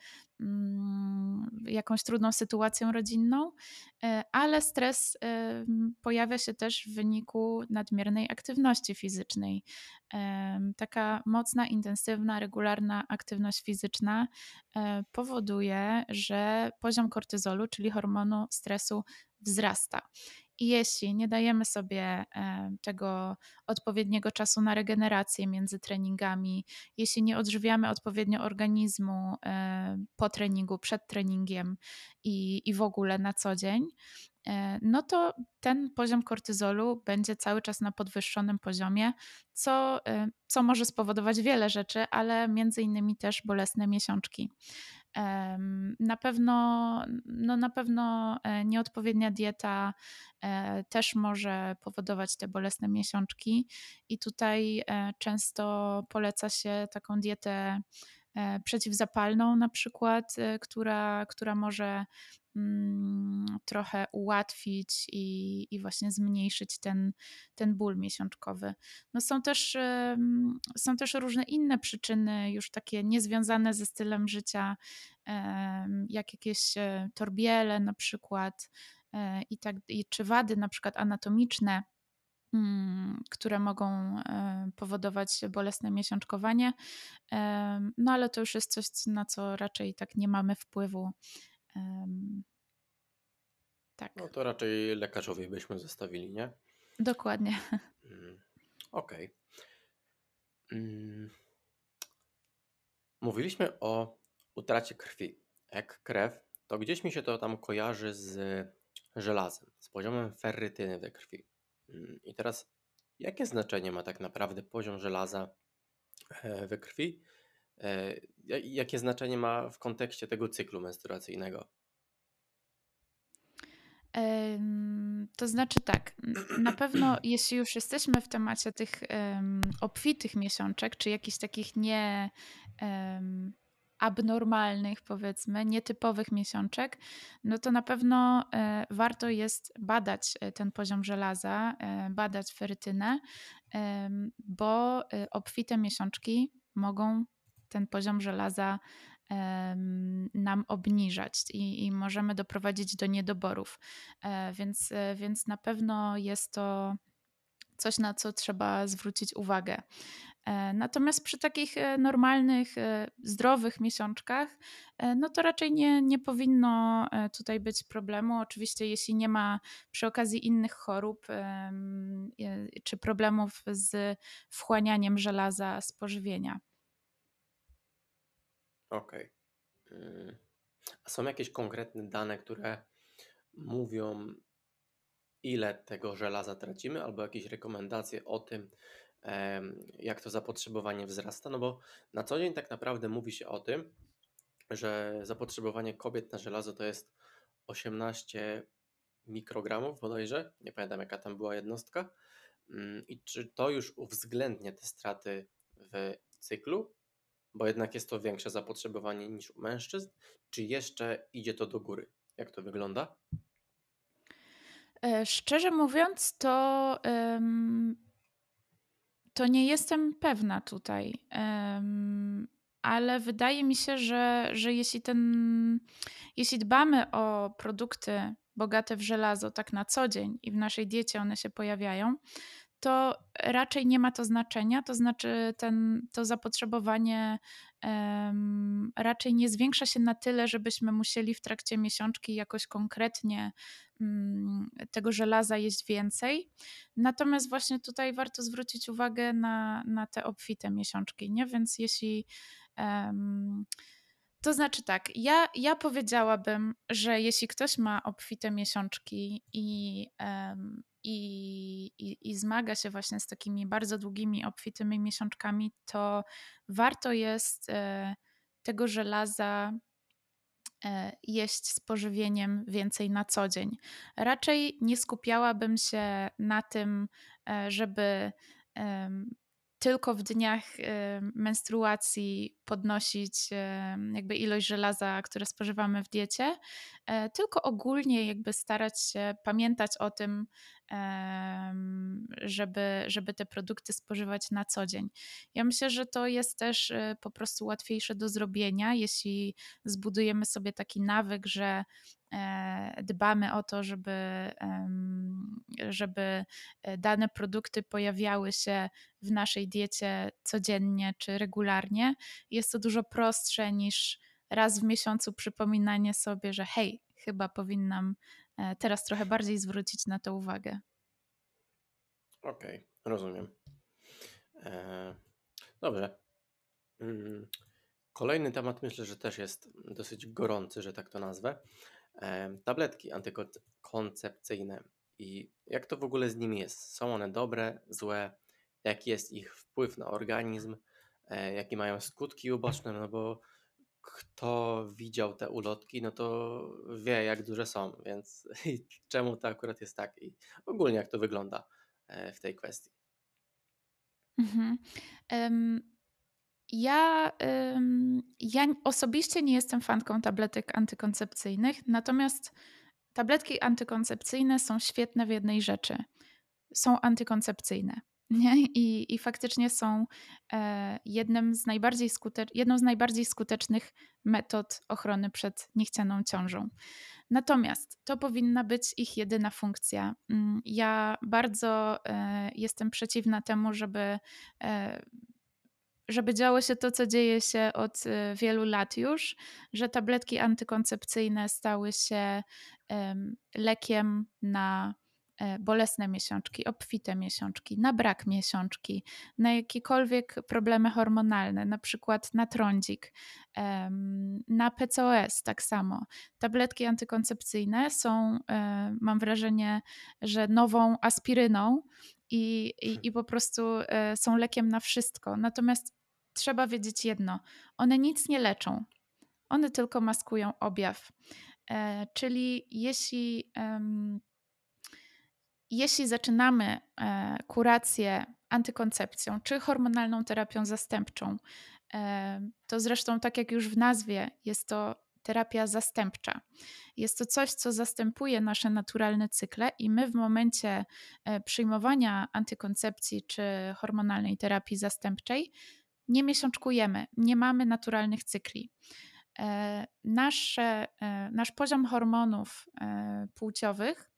mm, jakąś trudną sytuacją rodzinną, e, ale stres e, m, pojawia się też w wyniku nadmiernej aktywności fizycznej. Em, Taka mocna, intensywna, regularna aktywność fizyczna e, powoduje, że poziom kortyzolu, czyli hormonu stresu, wzrasta. I jeśli nie dajemy sobie e, tego odpowiedniego czasu na regenerację między treningami, jeśli nie odżywiamy odpowiednio organizmu e, po treningu, przed treningiem i, i w ogóle na co dzień, e, no to ten poziom kortyzolu będzie cały czas na podwyższonym poziomie, co, e, co może spowodować wiele rzeczy, ale między innymi też bolesne miesiączki. Em, Na pewno, no na pewno e, nieodpowiednia dieta e, też może powodować te bolesne miesiączki i tutaj e, często poleca się taką dietę e, przeciwzapalną na przykład, e, która, która może mm, trochę ułatwić i, i właśnie zmniejszyć ten, ten ból miesiączkowy. No są też, em, są też różne inne przyczyny, już takie niezwiązane ze stylem życia, em, jak jakieś e, torbiele na przykład, e, i tak, i czy wady na przykład anatomiczne, mm, które mogą e, powodować bolesne miesiączkowanie. Em, No ale to już jest coś, na co raczej tak nie mamy wpływu. Em, No Tak, to raczej lekarzowi byśmy zostawili, nie? dokładnie. Mm, Okej. Mm, Mówiliśmy o utracie krwi. Jak krew, to gdzieś mi się to tam kojarzy z żelazem, z poziomem ferrytyny we krwi. Mm, I teraz, jakie znaczenie ma tak naprawdę poziom żelaza e, we krwi? E, ja- Jakie znaczenie ma w kontekście tego cyklu menstruacyjnego? Em, To znaczy tak, n- na pewno jeśli już jesteśmy w temacie tych em, obfitych miesiączek, czy jakichś takich nie em, abnormalnych, powiedzmy, nietypowych miesiączek, no to na pewno e, warto jest badać e, ten poziom żelaza, e, badać ferytynę, em, bo e, obfite miesiączki mogą ten poziom żelaza em, nam obniżać i, i możemy doprowadzić do niedoborów. E, Więc, e, więc na pewno jest to coś, na co trzeba zwrócić uwagę. E, Natomiast przy takich e, normalnych, e, zdrowych miesiączkach, e, no to raczej nie, nie powinno e, tutaj być problemu. Oczywiście, jeśli nie ma przy okazji innych chorób em, e, czy problemów z wchłanianiem żelaza z pożywienia. Okej. Mm, A są jakieś konkretne dane, które mówią, ile tego żelaza tracimy, albo jakieś rekomendacje o tym, em, jak to zapotrzebowanie wzrasta? No bo na co dzień tak naprawdę mówi się o tym, że zapotrzebowanie kobiet na żelazo to jest osiemnaście mikrogramów bodajże, nie pamiętam jaka tam była jednostka. Mm, I czy to już uwzględnia te straty w cyklu? Bo jednak jest to większe zapotrzebowanie niż u mężczyzn, czy jeszcze idzie to do góry? Jak to wygląda? E, Szczerze mówiąc, to em, to nie jestem pewna tutaj, em, ale wydaje mi się, że, że jeśli ten, jeśli dbamy o produkty bogate w żelazo tak na co dzień i w naszej diecie one się pojawiają, to raczej nie ma to znaczenia. To znaczy, ten, to zapotrzebowanie em, raczej nie zwiększa się na tyle, żebyśmy musieli w trakcie miesiączki jakoś konkretnie mm, tego żelaza jeść więcej. Natomiast właśnie tutaj warto zwrócić uwagę na, na te obfite miesiączki, nie? Więc jeśli em, to znaczy tak, ja, ja powiedziałabym, że jeśli ktoś ma obfite miesiączki i, em, i, i, i zmaga się właśnie z takimi bardzo długimi, obfitymi miesiączkami, to warto jest e, tego żelaza e, jeść z pożywieniem więcej na co dzień. Raczej nie skupiałabym się na tym, e, żeby em, tylko w dniach e, menstruacji podnosić e, jakby ilość żelaza, które spożywamy w diecie, e, tylko ogólnie jakby starać się pamiętać o tym, em, żeby, żeby te produkty spożywać na co dzień. Ja myślę, że to jest też e, po prostu łatwiejsze do zrobienia, jeśli zbudujemy sobie taki nawyk, że e, dbamy o to, żeby, em, żeby e, dane produkty pojawiały się w naszej diecie codziennie czy regularnie. Jest to dużo prostsze niż raz w miesiącu przypominanie sobie, że hej, chyba powinnam e, teraz trochę bardziej zwrócić na to uwagę. Okej, rozumiem. E, dobrze. Mm, Kolejny temat myślę, że też jest dosyć gorący, że tak to nazwę. E, tabletki antykoncepcyjne i jak to w ogóle z nimi jest? Są one dobre, złe? Jaki jest ich wpływ na organizm? E, jakie mają skutki uboczne? No bo kto widział te ulotki, no to wie, jak duże są, więc i czemu to akurat jest tak i ogólnie jak to wygląda e, w tej kwestii. Mhm. Em, Ja, ym, ja osobiście nie jestem fanką tabletek antykoncepcyjnych, natomiast tabletki antykoncepcyjne są świetne w jednej rzeczy. Są antykoncepcyjne. Nie? I, I faktycznie są e, jednym z najbardziej skute- jedną z najbardziej skutecznych metod ochrony przed niechcianą ciążą. Natomiast to powinna być ich jedyna funkcja. Mm, Ja bardzo e, jestem przeciwna temu, żeby e, żeby działo się to, co dzieje się od y, wielu lat już, że tabletki antykoncepcyjne stały się em, lekiem na e, bolesne miesiączki, obfite miesiączki, na brak miesiączki, na jakiekolwiek problemy hormonalne, na przykład na trądzik, em, na P C O S tak samo. Tabletki antykoncepcyjne są, e, mam wrażenie, że nową aspiryną i, i, i po prostu e, są lekiem na wszystko. Natomiast trzeba wiedzieć jedno: one nic nie leczą, one tylko maskują objaw. E, czyli jeśli, em, jeśli zaczynamy e, kurację antykoncepcją czy hormonalną terapią zastępczą, e, to zresztą, tak jak już w nazwie, jest to terapia zastępcza. Jest to coś, co zastępuje nasze naturalne cykle, i my w momencie e, przyjmowania antykoncepcji czy hormonalnej terapii zastępczej nie miesiączkujemy, nie mamy naturalnych cykli. E, Nasze, e, nasz poziom hormonów e, płciowych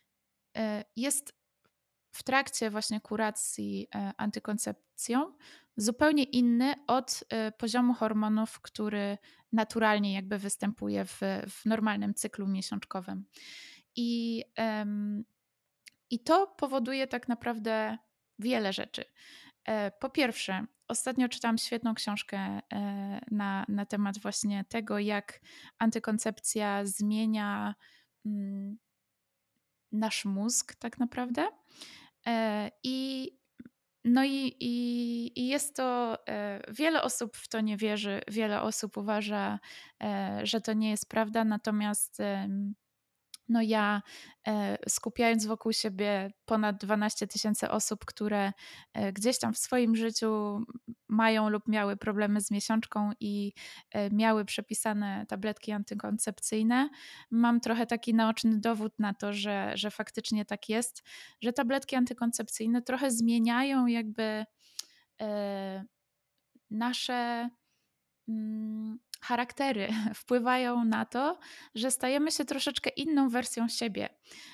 e, jest w trakcie właśnie kuracji e, antykoncepcją zupełnie inny od e, poziomu hormonów, który naturalnie jakby występuje w, w normalnym cyklu miesiączkowym. I, em, I to powoduje tak naprawdę wiele rzeczy. E, Po pierwsze, ostatnio czytałam świetną książkę e, na, na temat właśnie tego, jak antykoncepcja zmienia mm, nasz mózg tak naprawdę. E, I no i, i, i jest to, e, wiele osób w to nie wierzy, wiele osób uważa, e, że to nie jest prawda, natomiast em, no ja, e, skupiając wokół siebie ponad dwanaście tysięcy osób, które e, gdzieś tam w swoim życiu mają lub miały problemy z miesiączką i e, miały przepisane tabletki antykoncepcyjne, mam trochę taki naoczny dowód na to, że, że faktycznie tak jest, że tabletki antykoncepcyjne trochę zmieniają jakby e, nasze mm, charaktery, wpływają na to, że stajemy się troszeczkę inną wersją siebie.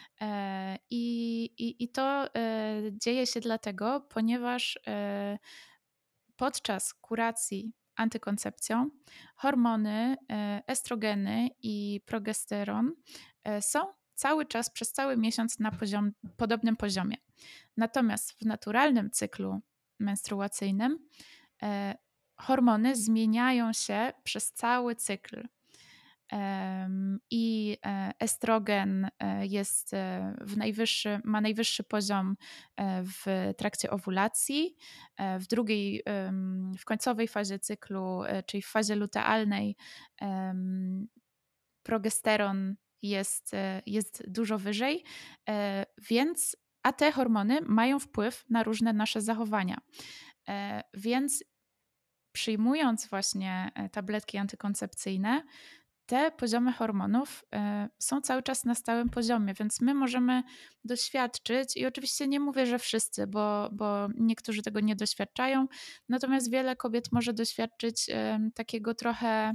E, I, i, i to e, dzieje się dlatego, ponieważ e, podczas kuracji antykoncepcją hormony, e, estrogeny i progesteron e, są cały czas, przez cały miesiąc na poziom, podobnym poziomie. Natomiast w naturalnym cyklu menstruacyjnym e, hormony zmieniają się przez cały cykl. em, i e, estrogen e, jest e, w najwyższy, ma najwyższy poziom e, w trakcie owulacji. E, W drugiej, em, w końcowej fazie cyklu, e, czyli w fazie lutealnej, em, progesteron jest, e, jest dużo wyżej, e, więc a te hormony mają wpływ na różne nasze zachowania. E, Więc przyjmując właśnie e, tabletki antykoncepcyjne, te poziomy hormonów e, są cały czas na stałym poziomie, więc my możemy doświadczyć, i oczywiście nie mówię, że wszyscy, bo, bo niektórzy tego nie doświadczają, natomiast wiele kobiet może doświadczyć em, takiego trochę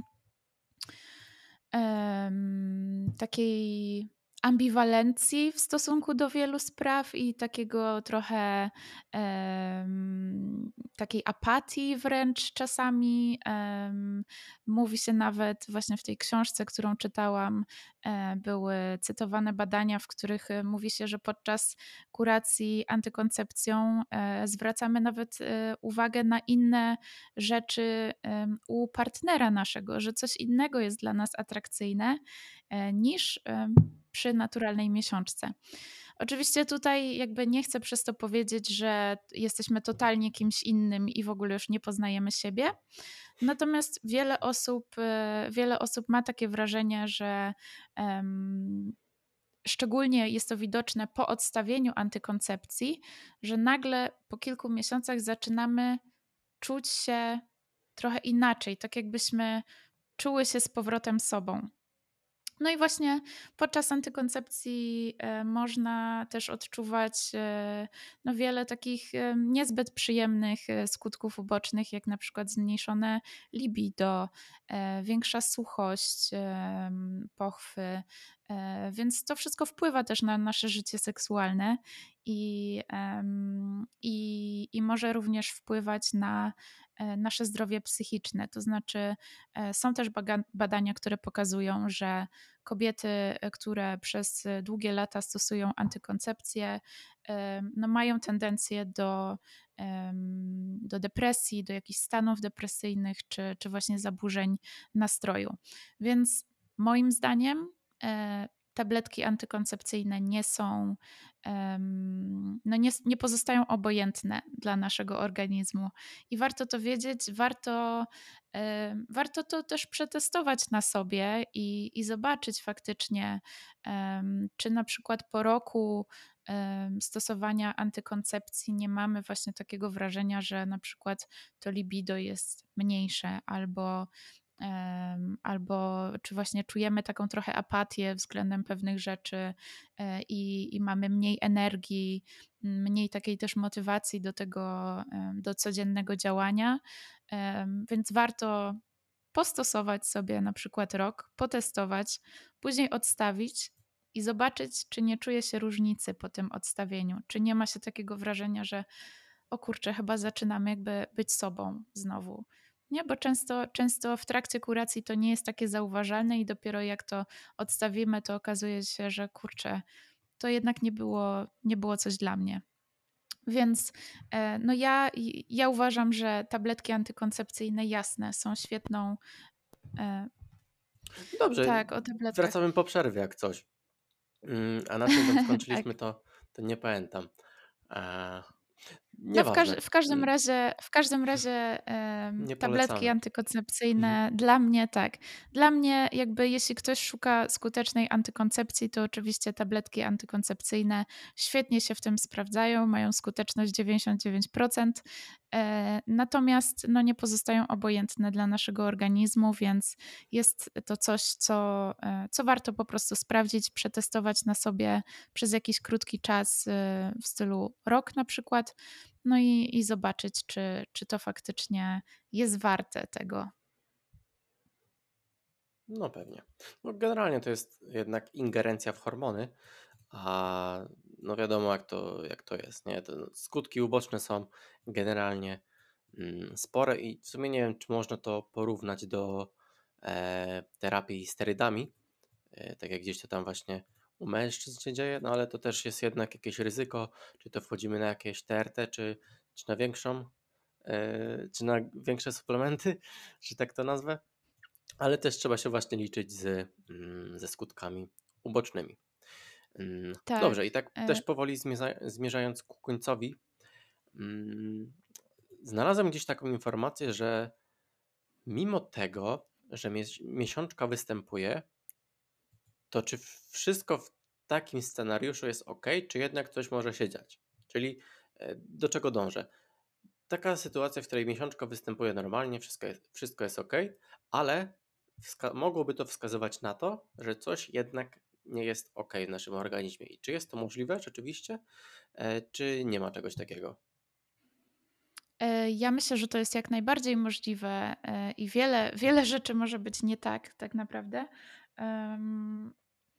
em, takiej ambiwalencji w stosunku do wielu spraw i takiego trochę em, takiej apatii wręcz czasami. Em, mówi się nawet właśnie w tej książce, którą czytałam, e, były cytowane badania, w których e, mówi się, że podczas kuracji antykoncepcją e, zwracamy nawet e, uwagę na inne rzeczy em, u partnera naszego, że coś innego jest dla nas atrakcyjne e, niż em, przy naturalnej miesiączce. Oczywiście tutaj jakby nie chcę przez to powiedzieć, że jesteśmy totalnie kimś innym i w ogóle już nie poznajemy siebie. Natomiast wiele osób, e, wiele osób ma takie wrażenie, że em, szczególnie jest to widoczne po odstawieniu antykoncepcji, że nagle po kilku miesiącach zaczynamy czuć się trochę inaczej, tak jakbyśmy czuły się z powrotem sobą. No i właśnie podczas antykoncepcji e, można też odczuwać e, no wiele takich e, niezbyt przyjemnych e, skutków ubocznych, jak na przykład zmniejszone libido, e, większa suchość, e, pochwy, e, więc to wszystko wpływa też na nasze życie seksualne i, em, i, i może również wpływać na e, nasze zdrowie psychiczne. To znaczy, e, są też baga- badania, które pokazują, że kobiety, e, które przez e, długie lata stosują antykoncepcję, em, no mają tendencję do, em, do depresji, do jakichś stanów depresyjnych czy, czy właśnie zaburzeń nastroju. Więc moim zdaniem e, tabletki antykoncepcyjne nie są, em, no nie, nie pozostają obojętne dla naszego organizmu. I warto to wiedzieć, warto Em, warto to też przetestować na sobie i, i zobaczyć faktycznie, em, czy na przykład po roku em, stosowania antykoncepcji nie mamy właśnie takiego wrażenia, że na przykład to libido jest mniejsze albo, em, albo czy właśnie czujemy taką trochę apatię względem pewnych rzeczy e, i, i mamy mniej energii, mniej takiej też motywacji do tego, em, do codziennego działania. Em, Więc warto postosować sobie na przykład rok, potestować, później odstawić i zobaczyć, czy nie czuje się różnicy po tym odstawieniu, czy nie ma się takiego wrażenia, że o kurczę, chyba zaczynamy jakby być sobą znowu. Nie, bo często, często w trakcie kuracji to nie jest takie zauważalne i dopiero jak to odstawimy, to okazuje się, że kurczę, to jednak nie było, nie było coś dla mnie. Więc e, no ja, ja uważam, że tabletki antykoncepcyjne jasne są świetną. e, Dobrze, tak, o tabletkach. wracamy po przerwie jak coś. Mm, A na czym tam Tak. skończyliśmy, to, to nie pamiętam. E, No w, każ- Nieważne. w każdym Mm, razie, w każdym razie em, Nie tabletki polecamy. Mhm. antykoncepcyjne dla mnie tak. Dla mnie jakby jeśli ktoś szuka skutecznej antykoncepcji, to oczywiście tabletki antykoncepcyjne świetnie się w tym sprawdzają, mają skuteczność dziewięćdziesiąt dziewięć procent, e, natomiast no, nie pozostają obojętne dla naszego organizmu, więc jest to coś, co, e, co warto po prostu sprawdzić, przetestować na sobie przez jakiś krótki czas, e, w stylu rok na przykład, no i, i zobaczyć, czy, czy to faktycznie jest warte tego. No pewnie. No generalnie to jest jednak ingerencja w hormony, a no wiadomo jak to, jak to jest, nie? To skutki uboczne są generalnie mm, spore i w sumie nie wiem, czy można to porównać do e, terapii sterydami, e, tak jak gdzieś to tam właśnie u mężczyzn się dzieje, no ale to też jest jednak jakieś ryzyko, czy to wchodzimy na jakieś T R T, czy, czy na większą, e, czy na większe suplementy, czy tak to nazwę. ale też trzeba się właśnie liczyć z, mm, ze skutkami ubocznymi. Mm, Dobrze, i Tak. tak e, też powoli zmierza- zmierzając ku końcowi, mm, znalazłem gdzieś taką informację, że mimo tego, że mies- miesiączka występuje, to czy wszystko w takim scenariuszu jest ok, czy jednak coś może się dziać? Czyli e, do czego dążę? Taka sytuacja, w której miesiączka występuje normalnie, wszystko jest, wszystko jest ok, ale wska- mogłoby to wskazywać na to, że coś jednak nie jest ok w naszym organizmie. I czy jest to możliwe rzeczywiście, e, czy nie ma czegoś takiego? e, Ja myślę, że to jest jak najbardziej możliwe e, i wiele, wiele rzeczy może być nie tak, tak naprawdę. Em,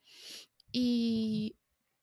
I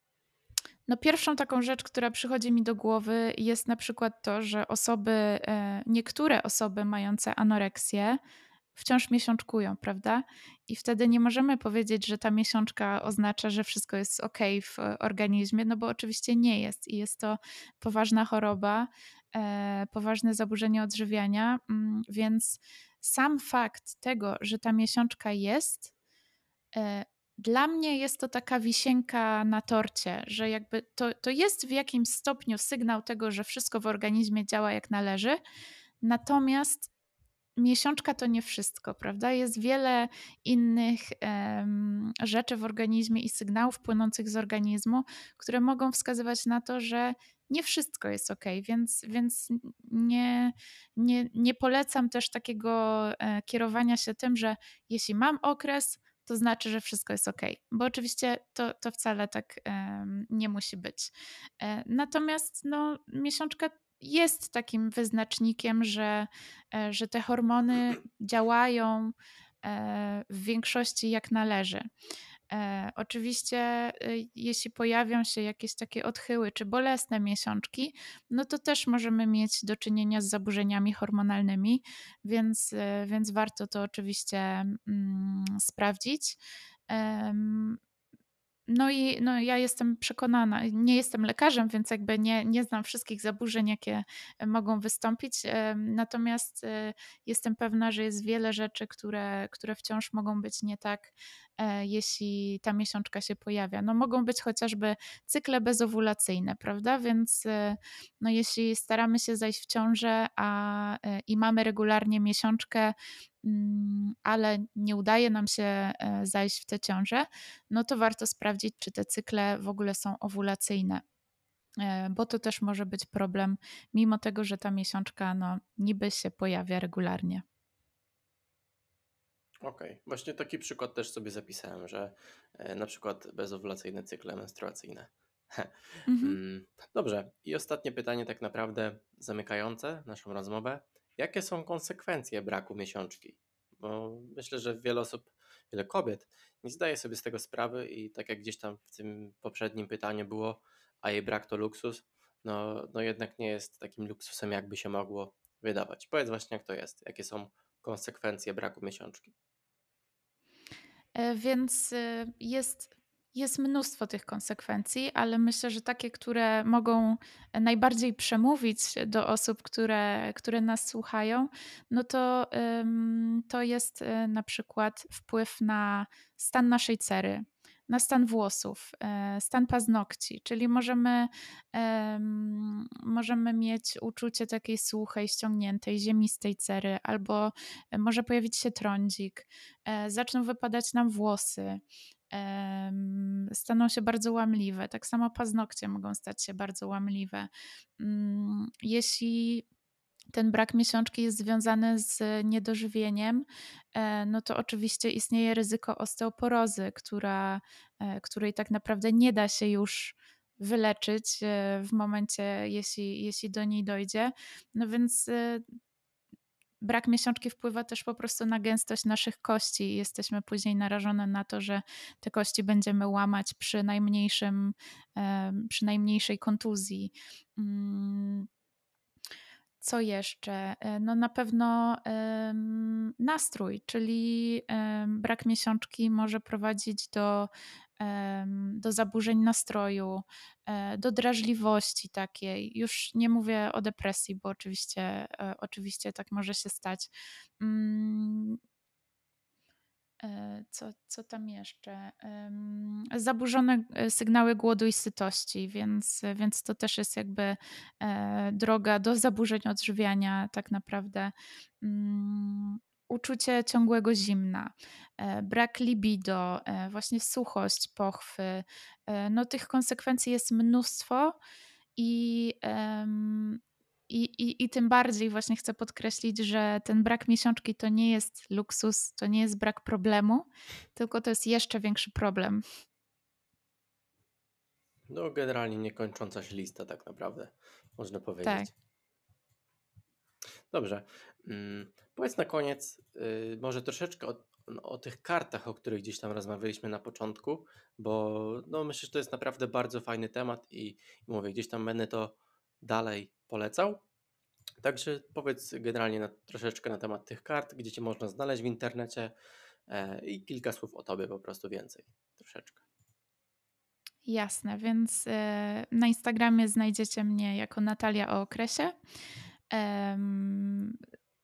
no pierwszą taką rzecz, która przychodzi mi do głowy, jest na przykład to, że osoby, e, niektóre osoby mające anoreksję wciąż miesiączkują, prawda? I wtedy nie możemy powiedzieć, że ta miesiączka oznacza, że wszystko jest ok w e, organizmie, no bo oczywiście nie jest i jest to poważna choroba, e, poważne zaburzenie odżywiania, mm, więc sam fakt tego, że ta miesiączka jest, E, dla mnie jest to taka wisienka na torcie, że jakby to, to jest w jakimś stopniu sygnał tego, że wszystko w organizmie działa jak należy, natomiast miesiączka to nie wszystko, prawda? Jest wiele innych em, rzeczy w organizmie i sygnałów płynących z organizmu, które mogą wskazywać na to, że nie wszystko jest ok, więc, więc nie, nie, nie polecam też takiego e, kierowania się tym, że jeśli mam okres, to znaczy, że wszystko jest ok, bo oczywiście to, to wcale tak em, nie musi być. E, natomiast no, miesiączka jest takim wyznacznikiem, że e, że te hormony działają e, w większości jak należy. E, Oczywiście, e, jeśli pojawią się jakieś takie odchyły czy bolesne miesiączki, no to też możemy mieć do czynienia z zaburzeniami hormonalnymi, więc, e, więc warto to oczywiście mm, sprawdzić. Em, no i no, ja jestem przekonana, nie jestem lekarzem, więc jakby nie, nie znam wszystkich zaburzeń, jakie e, mogą wystąpić. em, Natomiast e, jestem pewna, że jest wiele rzeczy, które, które wciąż mogą być nie tak, e, jeśli ta miesiączka się pojawia. No mogą być chociażby cykle bezowulacyjne, prawda? Więc e, no, jeśli staramy się zajść w ciążę a, e, i mamy regularnie miesiączkę, mm, ale nie udaje nam się e, zajść w tę ciążę, no to warto sprawdzić, czy te cykle w ogóle są owulacyjne, e, bo to też może być problem, mimo tego, że ta miesiączka no, niby się pojawia regularnie. Okej, właśnie taki przykład też sobie zapisałem, że e, na przykład bezowulacyjne cykle menstruacyjne. Mhm. Mm, Dobrze, i ostatnie pytanie, tak naprawdę zamykające naszą rozmowę. Jakie są konsekwencje braku miesiączki? Bo myślę, że wiele osób, wiele kobiet nie zdaje sobie z tego sprawy i tak jak gdzieś tam w tym poprzednim pytaniu było, a jej brak to luksus, no, no jednak nie jest takim luksusem, jakby się mogło wydawać. Powiedz właśnie, jak to jest, jakie są konsekwencje braku miesiączki. E, Więc e, jest, jest mnóstwo tych konsekwencji, ale myślę, że takie, które mogą najbardziej przemówić do osób, które, które nas słuchają, no to, ym, to jest e, na przykład wpływ na stan naszej cery, na stan włosów, e, stan paznokci, czyli możemy, em, możemy mieć uczucie takiej suchej, ściągniętej, ziemistej cery, albo e, może pojawić się trądzik, e, zaczną wypadać nam włosy, em, staną się bardzo łamliwe. Tak samo paznokcie mogą stać się bardzo łamliwe. Mm, Jeśli ten brak miesiączki jest związany z niedożywieniem, e, no to oczywiście istnieje ryzyko osteoporozy, która, e, której tak naprawdę nie da się już wyleczyć e, w momencie, jeśli, jeśli do niej dojdzie. No więc e, brak miesiączki wpływa też po prostu na gęstość naszych kości i jesteśmy później narażone na to, że te kości będziemy łamać przy najmniejszym, em, przy najmniejszej kontuzji. Mm, Co jeszcze? E, No na pewno em, nastrój, czyli em, brak miesiączki może prowadzić do, em, do zaburzeń nastroju, e, do drażliwości takiej. Już nie mówię o depresji, bo oczywiście, e, oczywiście tak może się stać. Mm, E, Co, co tam jeszcze? Em, Zaburzone e, sygnały głodu i sytości, więc, więc to też jest jakby e, droga do zaburzeń odżywiania, tak naprawdę. Mm, Uczucie ciągłego zimna, e, brak libido, e, właśnie suchość, pochwy. E, No, tych konsekwencji jest mnóstwo i, em, i, i, I tym bardziej właśnie chcę podkreślić, że ten brak miesiączki to nie jest luksus, to nie jest brak problemu, tylko to jest jeszcze większy problem. No, generalnie niekończąca się lista, tak naprawdę, można Tak. powiedzieć. Dobrze. Mm, powiedz na koniec, y, może troszeczkę o, no, o tych kartach, o których gdzieś tam rozmawialiśmy na początku, bo no, myślę, że to jest naprawdę bardzo fajny temat i, i mówię, gdzieś tam będę to dalej polecał. Także powiedz generalnie na, troszeczkę na temat tych kart, gdzie cię można znaleźć w internecie e, i kilka słów o tobie po prostu więcej. Troszeczkę. Jasne, więc e, na Instagramie znajdziecie mnie jako Natalia o okresie. Em,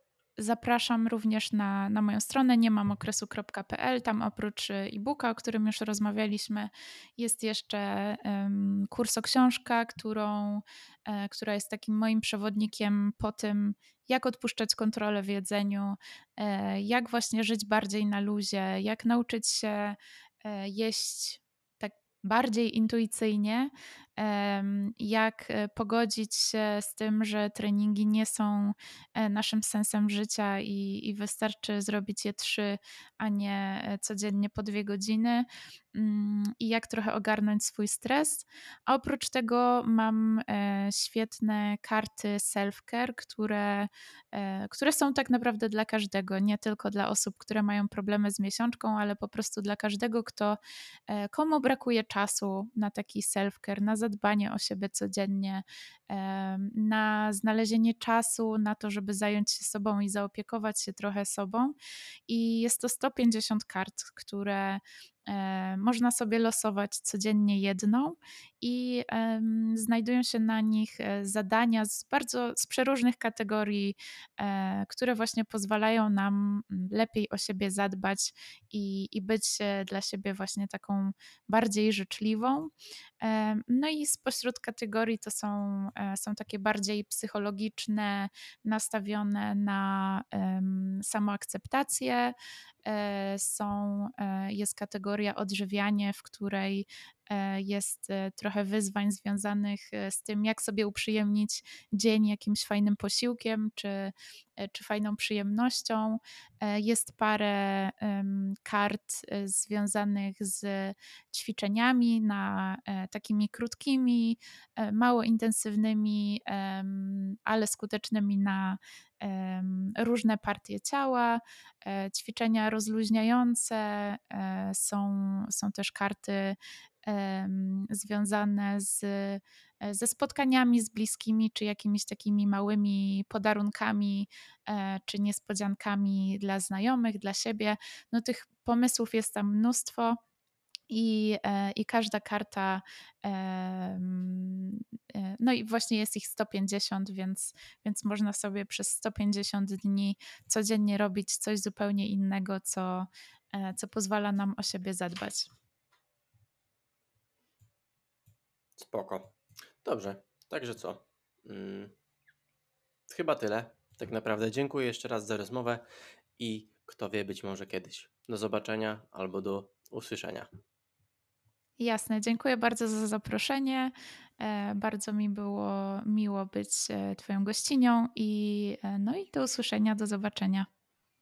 Zapraszam również na, na moją stronę niemamokresu kropka pe el. Tam oprócz y, e-booka, o którym już rozmawialiśmy, jest jeszcze em, kurs o książka, którą, e, która jest takim moim przewodnikiem po tym, jak odpuszczać kontrolę w jedzeniu, e, jak właśnie żyć bardziej na luzie, jak nauczyć się e, jeść tak bardziej intuicyjnie, em, jak e, pogodzić się z tym, że treningi nie są e, naszym sensem życia i, i wystarczy zrobić je trzy, a nie e, codziennie po dwie godziny mm, i jak trochę ogarnąć swój stres. A oprócz tego mam e, świetne karty self-care, które, e, które są tak naprawdę dla każdego, nie tylko dla osób, które mają problemy z miesiączką, ale po prostu dla każdego, kto, e, komu brakuje czasu na taki self-care, na zadbanie o siebie codziennie, em, na znalezienie czasu na to, żeby zająć się sobą i zaopiekować się trochę sobą. I jest to sto pięćdziesiąt kart, które e, można sobie losować codziennie jedną i em, znajdują się na nich e, zadania z bardzo z przeróżnych kategorii, e, które właśnie pozwalają nam mm, lepiej o siebie zadbać i, i być e, dla siebie właśnie taką bardziej życzliwą. Em, No i spośród kategorii to są, e, są takie bardziej psychologiczne, nastawione na em, samoakceptację. E, Są, e, jest kategoria odżywianie, w której e, jest e, trochę wyzwań związanych e, z tym, jak sobie uprzyjemnić dzień jakimś fajnym posiłkiem czy, e, czy fajną przyjemnością. E, Jest parę em, kart e, związanych z ćwiczeniami na e, takimi krótkimi, e, mało intensywnymi, em, ale skutecznymi na em, różne partie ciała. E, Ćwiczenia rozluźniające, e, są, są też karty em, związane z, e, ze spotkaniami z bliskimi, czy jakimiś takimi małymi podarunkami, e, czy niespodziankami dla znajomych, dla siebie. No tych pomysłów jest tam mnóstwo. I, e, I każda karta, em, e, no i właśnie jest ich sto pięćdziesiąt, więc, więc można sobie przez sto pięćdziesiąt dni codziennie robić coś zupełnie innego, co, e, co pozwala nam o siebie zadbać. Spoko. Dobrze. Także co? Mm, chyba tyle. Tak naprawdę dziękuję jeszcze raz za rozmowę i kto wie, być może kiedyś. Do zobaczenia albo do usłyszenia. Jasne, dziękuję bardzo za zaproszenie. E, Bardzo mi było miło być e, Twoją gościnią i, e, no i do usłyszenia, do zobaczenia.